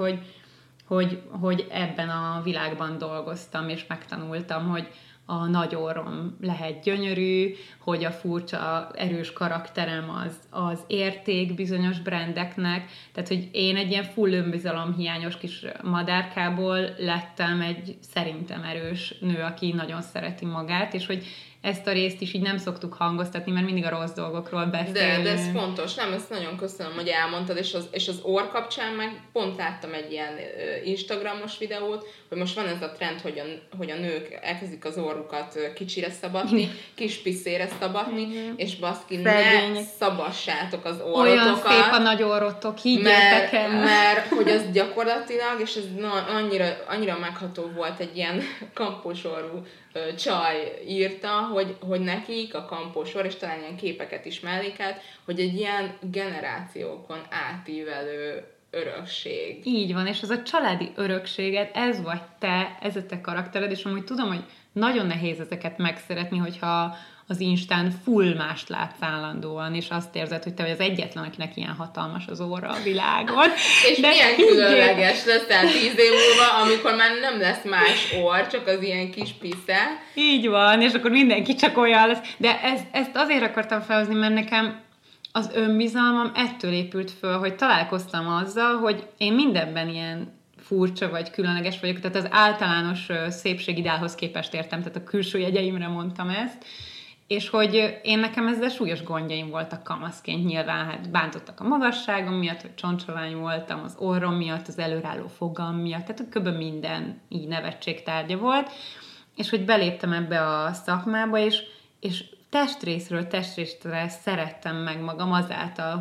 Speaker 2: hogy ebben a világban dolgoztam, és megtanultam, hogy a nagy orrom lehet gyönyörű, hogy a furcsa, erős karakterem az érték bizonyos brandeknek. Tehát, hogy én egy ilyen full önbizalomhiányos kis madárkából lettem egy szerintem erős nő, aki nagyon szereti magát, és hogy ezt a részt is így nem szoktuk hangoztatni, mert mindig a rossz dolgokról beszélünk.
Speaker 1: De ez fontos, nem, ezt nagyon köszönöm, hogy elmondtad, és az orr kapcsán meg pont láttam egy ilyen Instagramos videót, hogy most van ez a trend, hogy a nők elkezdik az orrukat kicsire szabadni, kis piszére szabadni, és baszki, ne szabassátok az orrotokat.
Speaker 2: Olyan szép a nagy orrotok, higgyetek el.
Speaker 1: Mert hogy az gyakorlatilag, és ez annyira megható volt, egy ilyen kampós orrú csaj írta, hogy nekik a kampósor, és talán ilyen képeket is mellékelt, hogy egy ilyen generációkon átívelő örökség.
Speaker 2: Így van, és ez a családi örökséged, ez vagy te, ez a te karaktered, és amúgy tudom, hogy nagyon nehéz ezeket megszeretni, hogyha az Instán full mást látsz állandóan, és azt érzed, hogy te vagy az egyetlen, akinek ilyen hatalmas az orra a világon.
Speaker 1: És de milyen különleges leszel 10 év múlva, amikor már nem lesz más orr, csak az ilyen kis pisze.
Speaker 2: Így van, és akkor mindenki csak olyan lesz. De ezt azért akartam felhozni, mert nekem az önbizalmam ettől épült föl, hogy találkoztam azzal, hogy én mindenben ilyen furcsa vagy különleges vagyok, tehát az általános szépségideálhoz képest értem, tehát a külső jegyeimre mondtam ezt, és hogy én nekem ezzel súlyos gondjaim voltak kamaszként, nyilván hát bántottak a magasságom miatt, hogy csontsovány voltam, az orrom miatt, az előrálló fogam miatt, tehát kb. Minden így nevetségtárgya volt, és hogy beléptem ebbe a szakmába, és testrészről testrészre szerettem meg magam azáltal,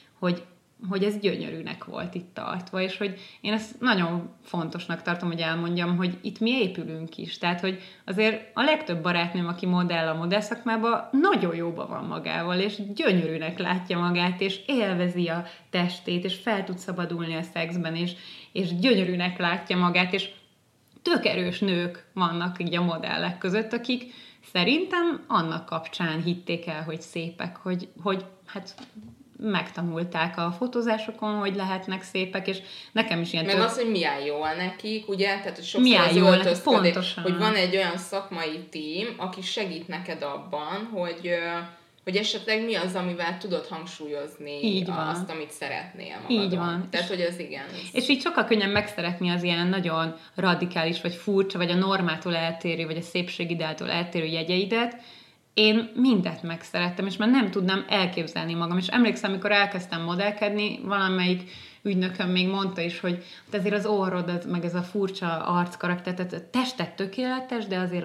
Speaker 2: hogy ez gyönyörűnek volt itt tartva, és hogy én ezt nagyon fontosnak tartom, hogy elmondjam, hogy itt mi épülünk is. Tehát, hogy azért a legtöbb barátnőm, aki modell a modellszakmában, nagyon jóban van magával, és gyönyörűnek látja magát, és élvezi a testét, és fel tud szabadulni a szexben, és gyönyörűnek látja magát, és tök erős nők vannak így a modellek között, akik szerintem annak kapcsán hitték el, hogy szépek, hogy hát megtanulták a fotózásokon, hogy lehetnek szépek, és nekem is ilyen...
Speaker 1: Meg az, hogy mi áll jól nekik, ugye? Tehát, hogy sokszor az öltözködés, hogy van egy olyan szakmai tím, aki segít neked abban, hogy esetleg mi az, amivel tudod hangsúlyozni azt, amit szeretnél magadon.
Speaker 2: Így van.
Speaker 1: Tehát, hogy ez igen.
Speaker 2: És így sokkal könnyebb megszeretni az ilyen nagyon radikális, vagy furcsa, vagy a normától eltérő, vagy a szépségideáltól eltérő jegyeidet. Én mindet megszerettem, és már nem tudnám elképzelni magam. És emlékszem, amikor elkezdtem modellkedni, valamelyik ügynököm még mondta is, hogy azért az orrod, meg ez a furcsa arckarakter, tehát a tested tökéletes, de azért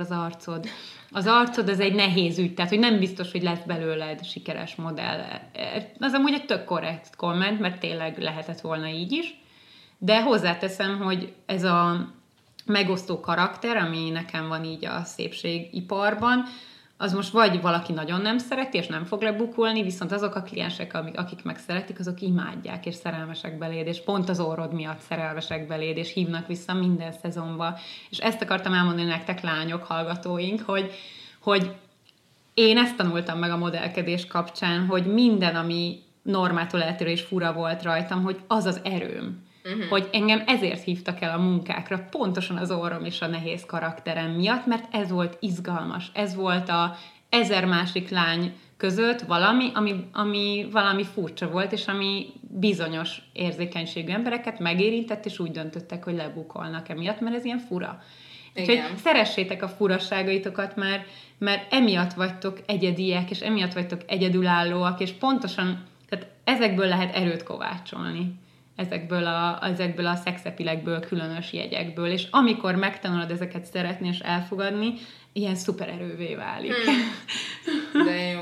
Speaker 2: az arcod az egy nehéz ügy, tehát hogy nem biztos, hogy lesz belőled sikeres modell. Az amúgy egy tök korrekt komment, mert tényleg lehetett volna így is, de hozzáteszem, hogy ez a megosztó karakter, ami nekem van így a szépségiparban, az most vagy valaki nagyon nem szereti, és nem fog lebukolni, viszont azok a kliensek, akik meg szeretik, azok imádják, és szerelmesek beléd, és pont az orrod miatt szerelmesek beléd, és hívnak vissza minden szezonba. És ezt akartam elmondani nektek, lányok, hallgatóink, hogy én ezt tanultam meg a modellkedés kapcsán, hogy minden, ami normától eltérő és fura volt rajtam, hogy az az erőm. Uh-huh. Hogy engem ezért hívtak el a munkákra, pontosan az orrom és a nehéz karakterem miatt, mert ez volt izgalmas, ez volt a 1000 másik lány között valami, ami valami furcsa volt, és ami bizonyos érzékenységű embereket megérintett, és úgy döntöttek, hogy lebukolnak emiatt, mert ez ilyen fura. Úgyhogy szeressétek a furaságaitokat, mert emiatt vagytok egyediek, és emiatt vagytok egyedülállóak, és pontosan, tehát ezekből lehet erőt kovácsolni. ezekből a szexepilekből, különös jegyekből, és amikor megtanulod ezeket szeretni és elfogadni, ilyen szupererővé válik.
Speaker 1: De jó.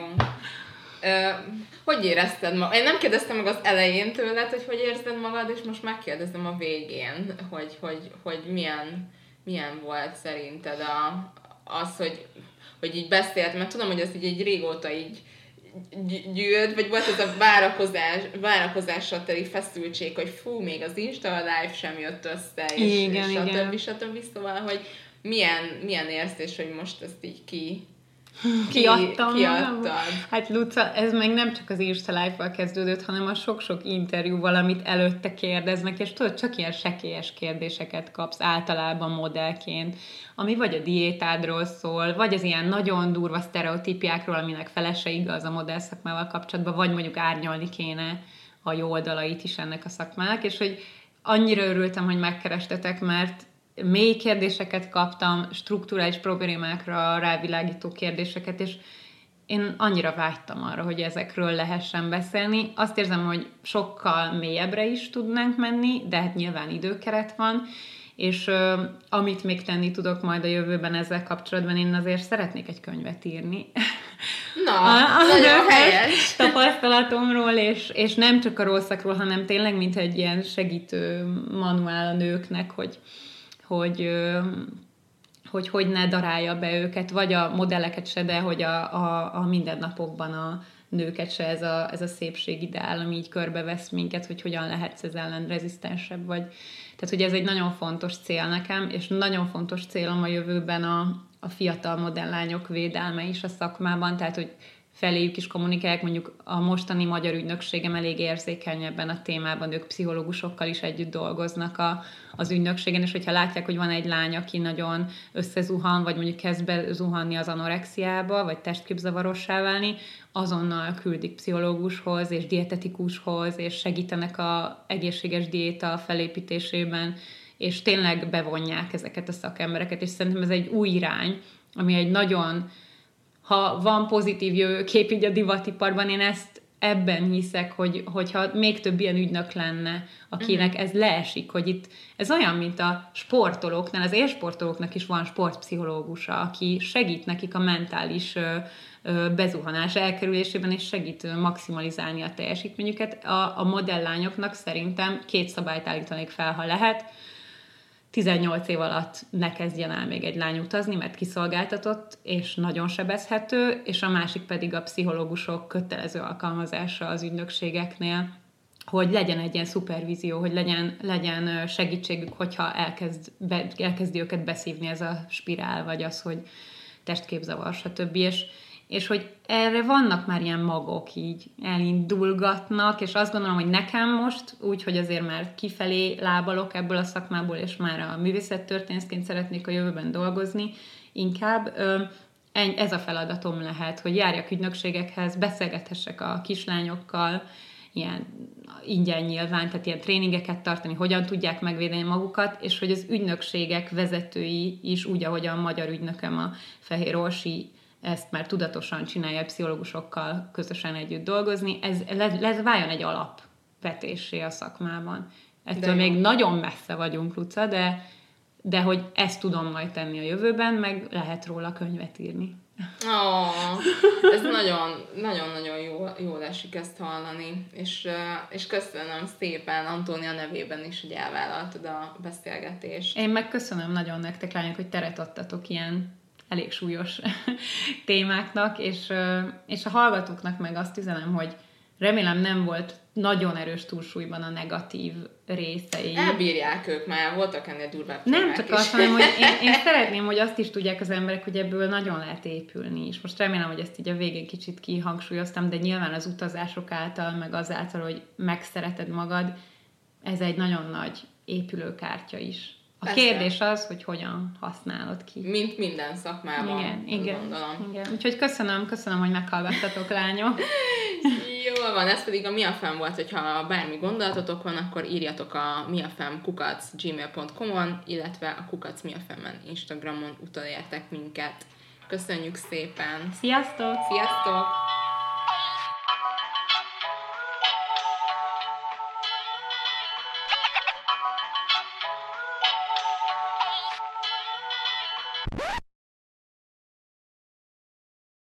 Speaker 1: Hogy érezted magad? Én nem kérdeztem meg az elején tőled, hogy érzed magad, és most megkérdezem a végén, hogy milyen volt szerinted az, hogy így beszélt, mert tudom, hogy ez így egy régóta így gyűlt, vagy volt ez a várakozással teli feszültség, hogy fú, még az Insta Live sem jött össze, és stb. Szóval, hogy milyen érzés, hogy most ezt így
Speaker 2: kiadtam. Hát Luca, ez meg nem csak az Insta Live-val kezdődött, hanem a sok-sok interjúval, amit előtte kérdeznek, és tudod, csak ilyen sekélyes kérdéseket kapsz általában modellként, ami vagy a diétádról szól, vagy az ilyen nagyon durva sztereotípiákról, aminek fele se igaz a modell szakmával kapcsolatban, vagy mondjuk árnyalni kéne a jó oldalait is ennek a szakmának, és hogy annyira örültem, hogy megkerestetek, mert mély kérdéseket kaptam, strukturális problémákra rávilágító kérdéseket, és én annyira vágytam arra, hogy ezekről lehessen beszélni. Azt érzem, hogy sokkal mélyebbre is tudnánk menni, de hát nyilván időkeret van, és amit még tenni tudok majd a jövőben ezzel kapcsolatban, én azért szeretnék egy könyvet írni.
Speaker 1: Nagyon helyes.
Speaker 2: Tapasztalatomról, és nem csak a rosszakról, hanem tényleg mint egy ilyen segítő manuál a nőknek, hogy ne darálja be őket, vagy a modelleket se, de hogy a mindennapokban a nőket se ez a szépségideál, ami így körbevesz minket, hogy hogyan lehetsz ez ellen rezisztensebb vagy. Tehát, hogy ez egy nagyon fontos cél nekem, és nagyon fontos célom a jövőben a fiatal modelllányok védelme is a szakmában, tehát, hogy feléjük is kommunikálják, mondjuk a mostani magyar ügynökségem elég érzékeny ebben a témában, ők pszichológusokkal is együtt dolgoznak az ügynökségen, és hogyha látják, hogy van egy lány, aki nagyon összezuhan, vagy mondjuk kezd bezuhanni az anorexiába, vagy testképzavarossá válni, azonnal küldik pszichológushoz és dietetikushoz, és segítenek az egészséges diéta felépítésében, és tényleg bevonják ezeket a szakembereket, és szerintem ez egy új irány, ami egy nagyon, ha van pozitív jövőkép így a divatiparban, én ebben hiszek, hogyha még több ilyen ügynök lenne, akinek ez leesik, hogy itt ez olyan, mint a sportolóknál, az élsportolóknak is van sportpszichológusa, aki segít nekik a mentális bezuhanás elkerülésében, és segít maximalizálni a teljesítményüket. A modelllányoknak szerintem 2 szabályt állítanék fel, ha lehet. 18 év alatt ne kezdjen el még egy lány utazni, mert kiszolgáltatott, és nagyon sebezhető, és a másik pedig a pszichológusok kötelező alkalmazása az ügynökségeknél, hogy legyen egy ilyen szupervízió, hogy legyen segítségük, hogyha elkezdi őket beszívni ez a spirál, vagy az, hogy testképzavar, stb. És hogy erre vannak már ilyen magok így elindulgatnak, és azt gondolom, hogy nekem most, úgy, hogy azért már kifelé lábalok ebből a szakmából, és már a művészettörténészként szeretnék a jövőben dolgozni, inkább ez a feladatom lehet, hogy járjak ügynökségekhez, beszélgethessek a kislányokkal, ilyen ingyen nyilván, tehát ilyen tréningeket tartani, hogyan tudják megvédeni magukat, és hogy az ügynökségek vezetői is, úgy, ahogy a magyar ügynököm, a Fehér Orsi, ezt már tudatosan csinálja, pszichológusokkal közösen együtt dolgozni, ez váljon egy alapvetésé a szakmában. Ettől még nagyon messze vagyunk, Luca, de hogy ezt tudom majd tenni a jövőben, meg lehet róla könyvet írni.
Speaker 1: Ez nagyon-nagyon jól esik ezt hallani, és köszönöm szépen Antónia nevében is, hogy elvállaltad a beszélgetést.
Speaker 2: Én meg köszönöm nagyon nektek, lányok, hogy teret adtatok ilyen elég súlyos témáknak, és a hallgatóknak meg azt üzenem, hogy remélem nem volt nagyon erős túlsúlyban a negatív részei.
Speaker 1: Elbírják ők már, voltak ennél durvább témák
Speaker 2: nem csak azt, hanem hogy én szeretném, hogy azt is tudják az emberek, hogy ebből nagyon lehet épülni, és most remélem, hogy ezt így a végén kicsit kihangsúlyoztam, de nyilván az utazások által, meg azáltal, hogy megszereted magad, ez egy nagyon nagy épülőkártya is. A
Speaker 1: Persze.
Speaker 2: Kérdés az, hogy hogyan használod ki.
Speaker 1: Mint minden szakmában,
Speaker 2: igen. Úgyhogy köszönöm, hogy meghallgattatok, lányok.
Speaker 1: Jól van, ez pedig a miafem volt, hogyha bármi gondolatotok van, akkor írjatok a miafem@gmail.com-on, illetve a kukacmiafemen Instagramon utolértek minket. Köszönjük szépen!
Speaker 2: Sziasztok!
Speaker 1: Sziasztok!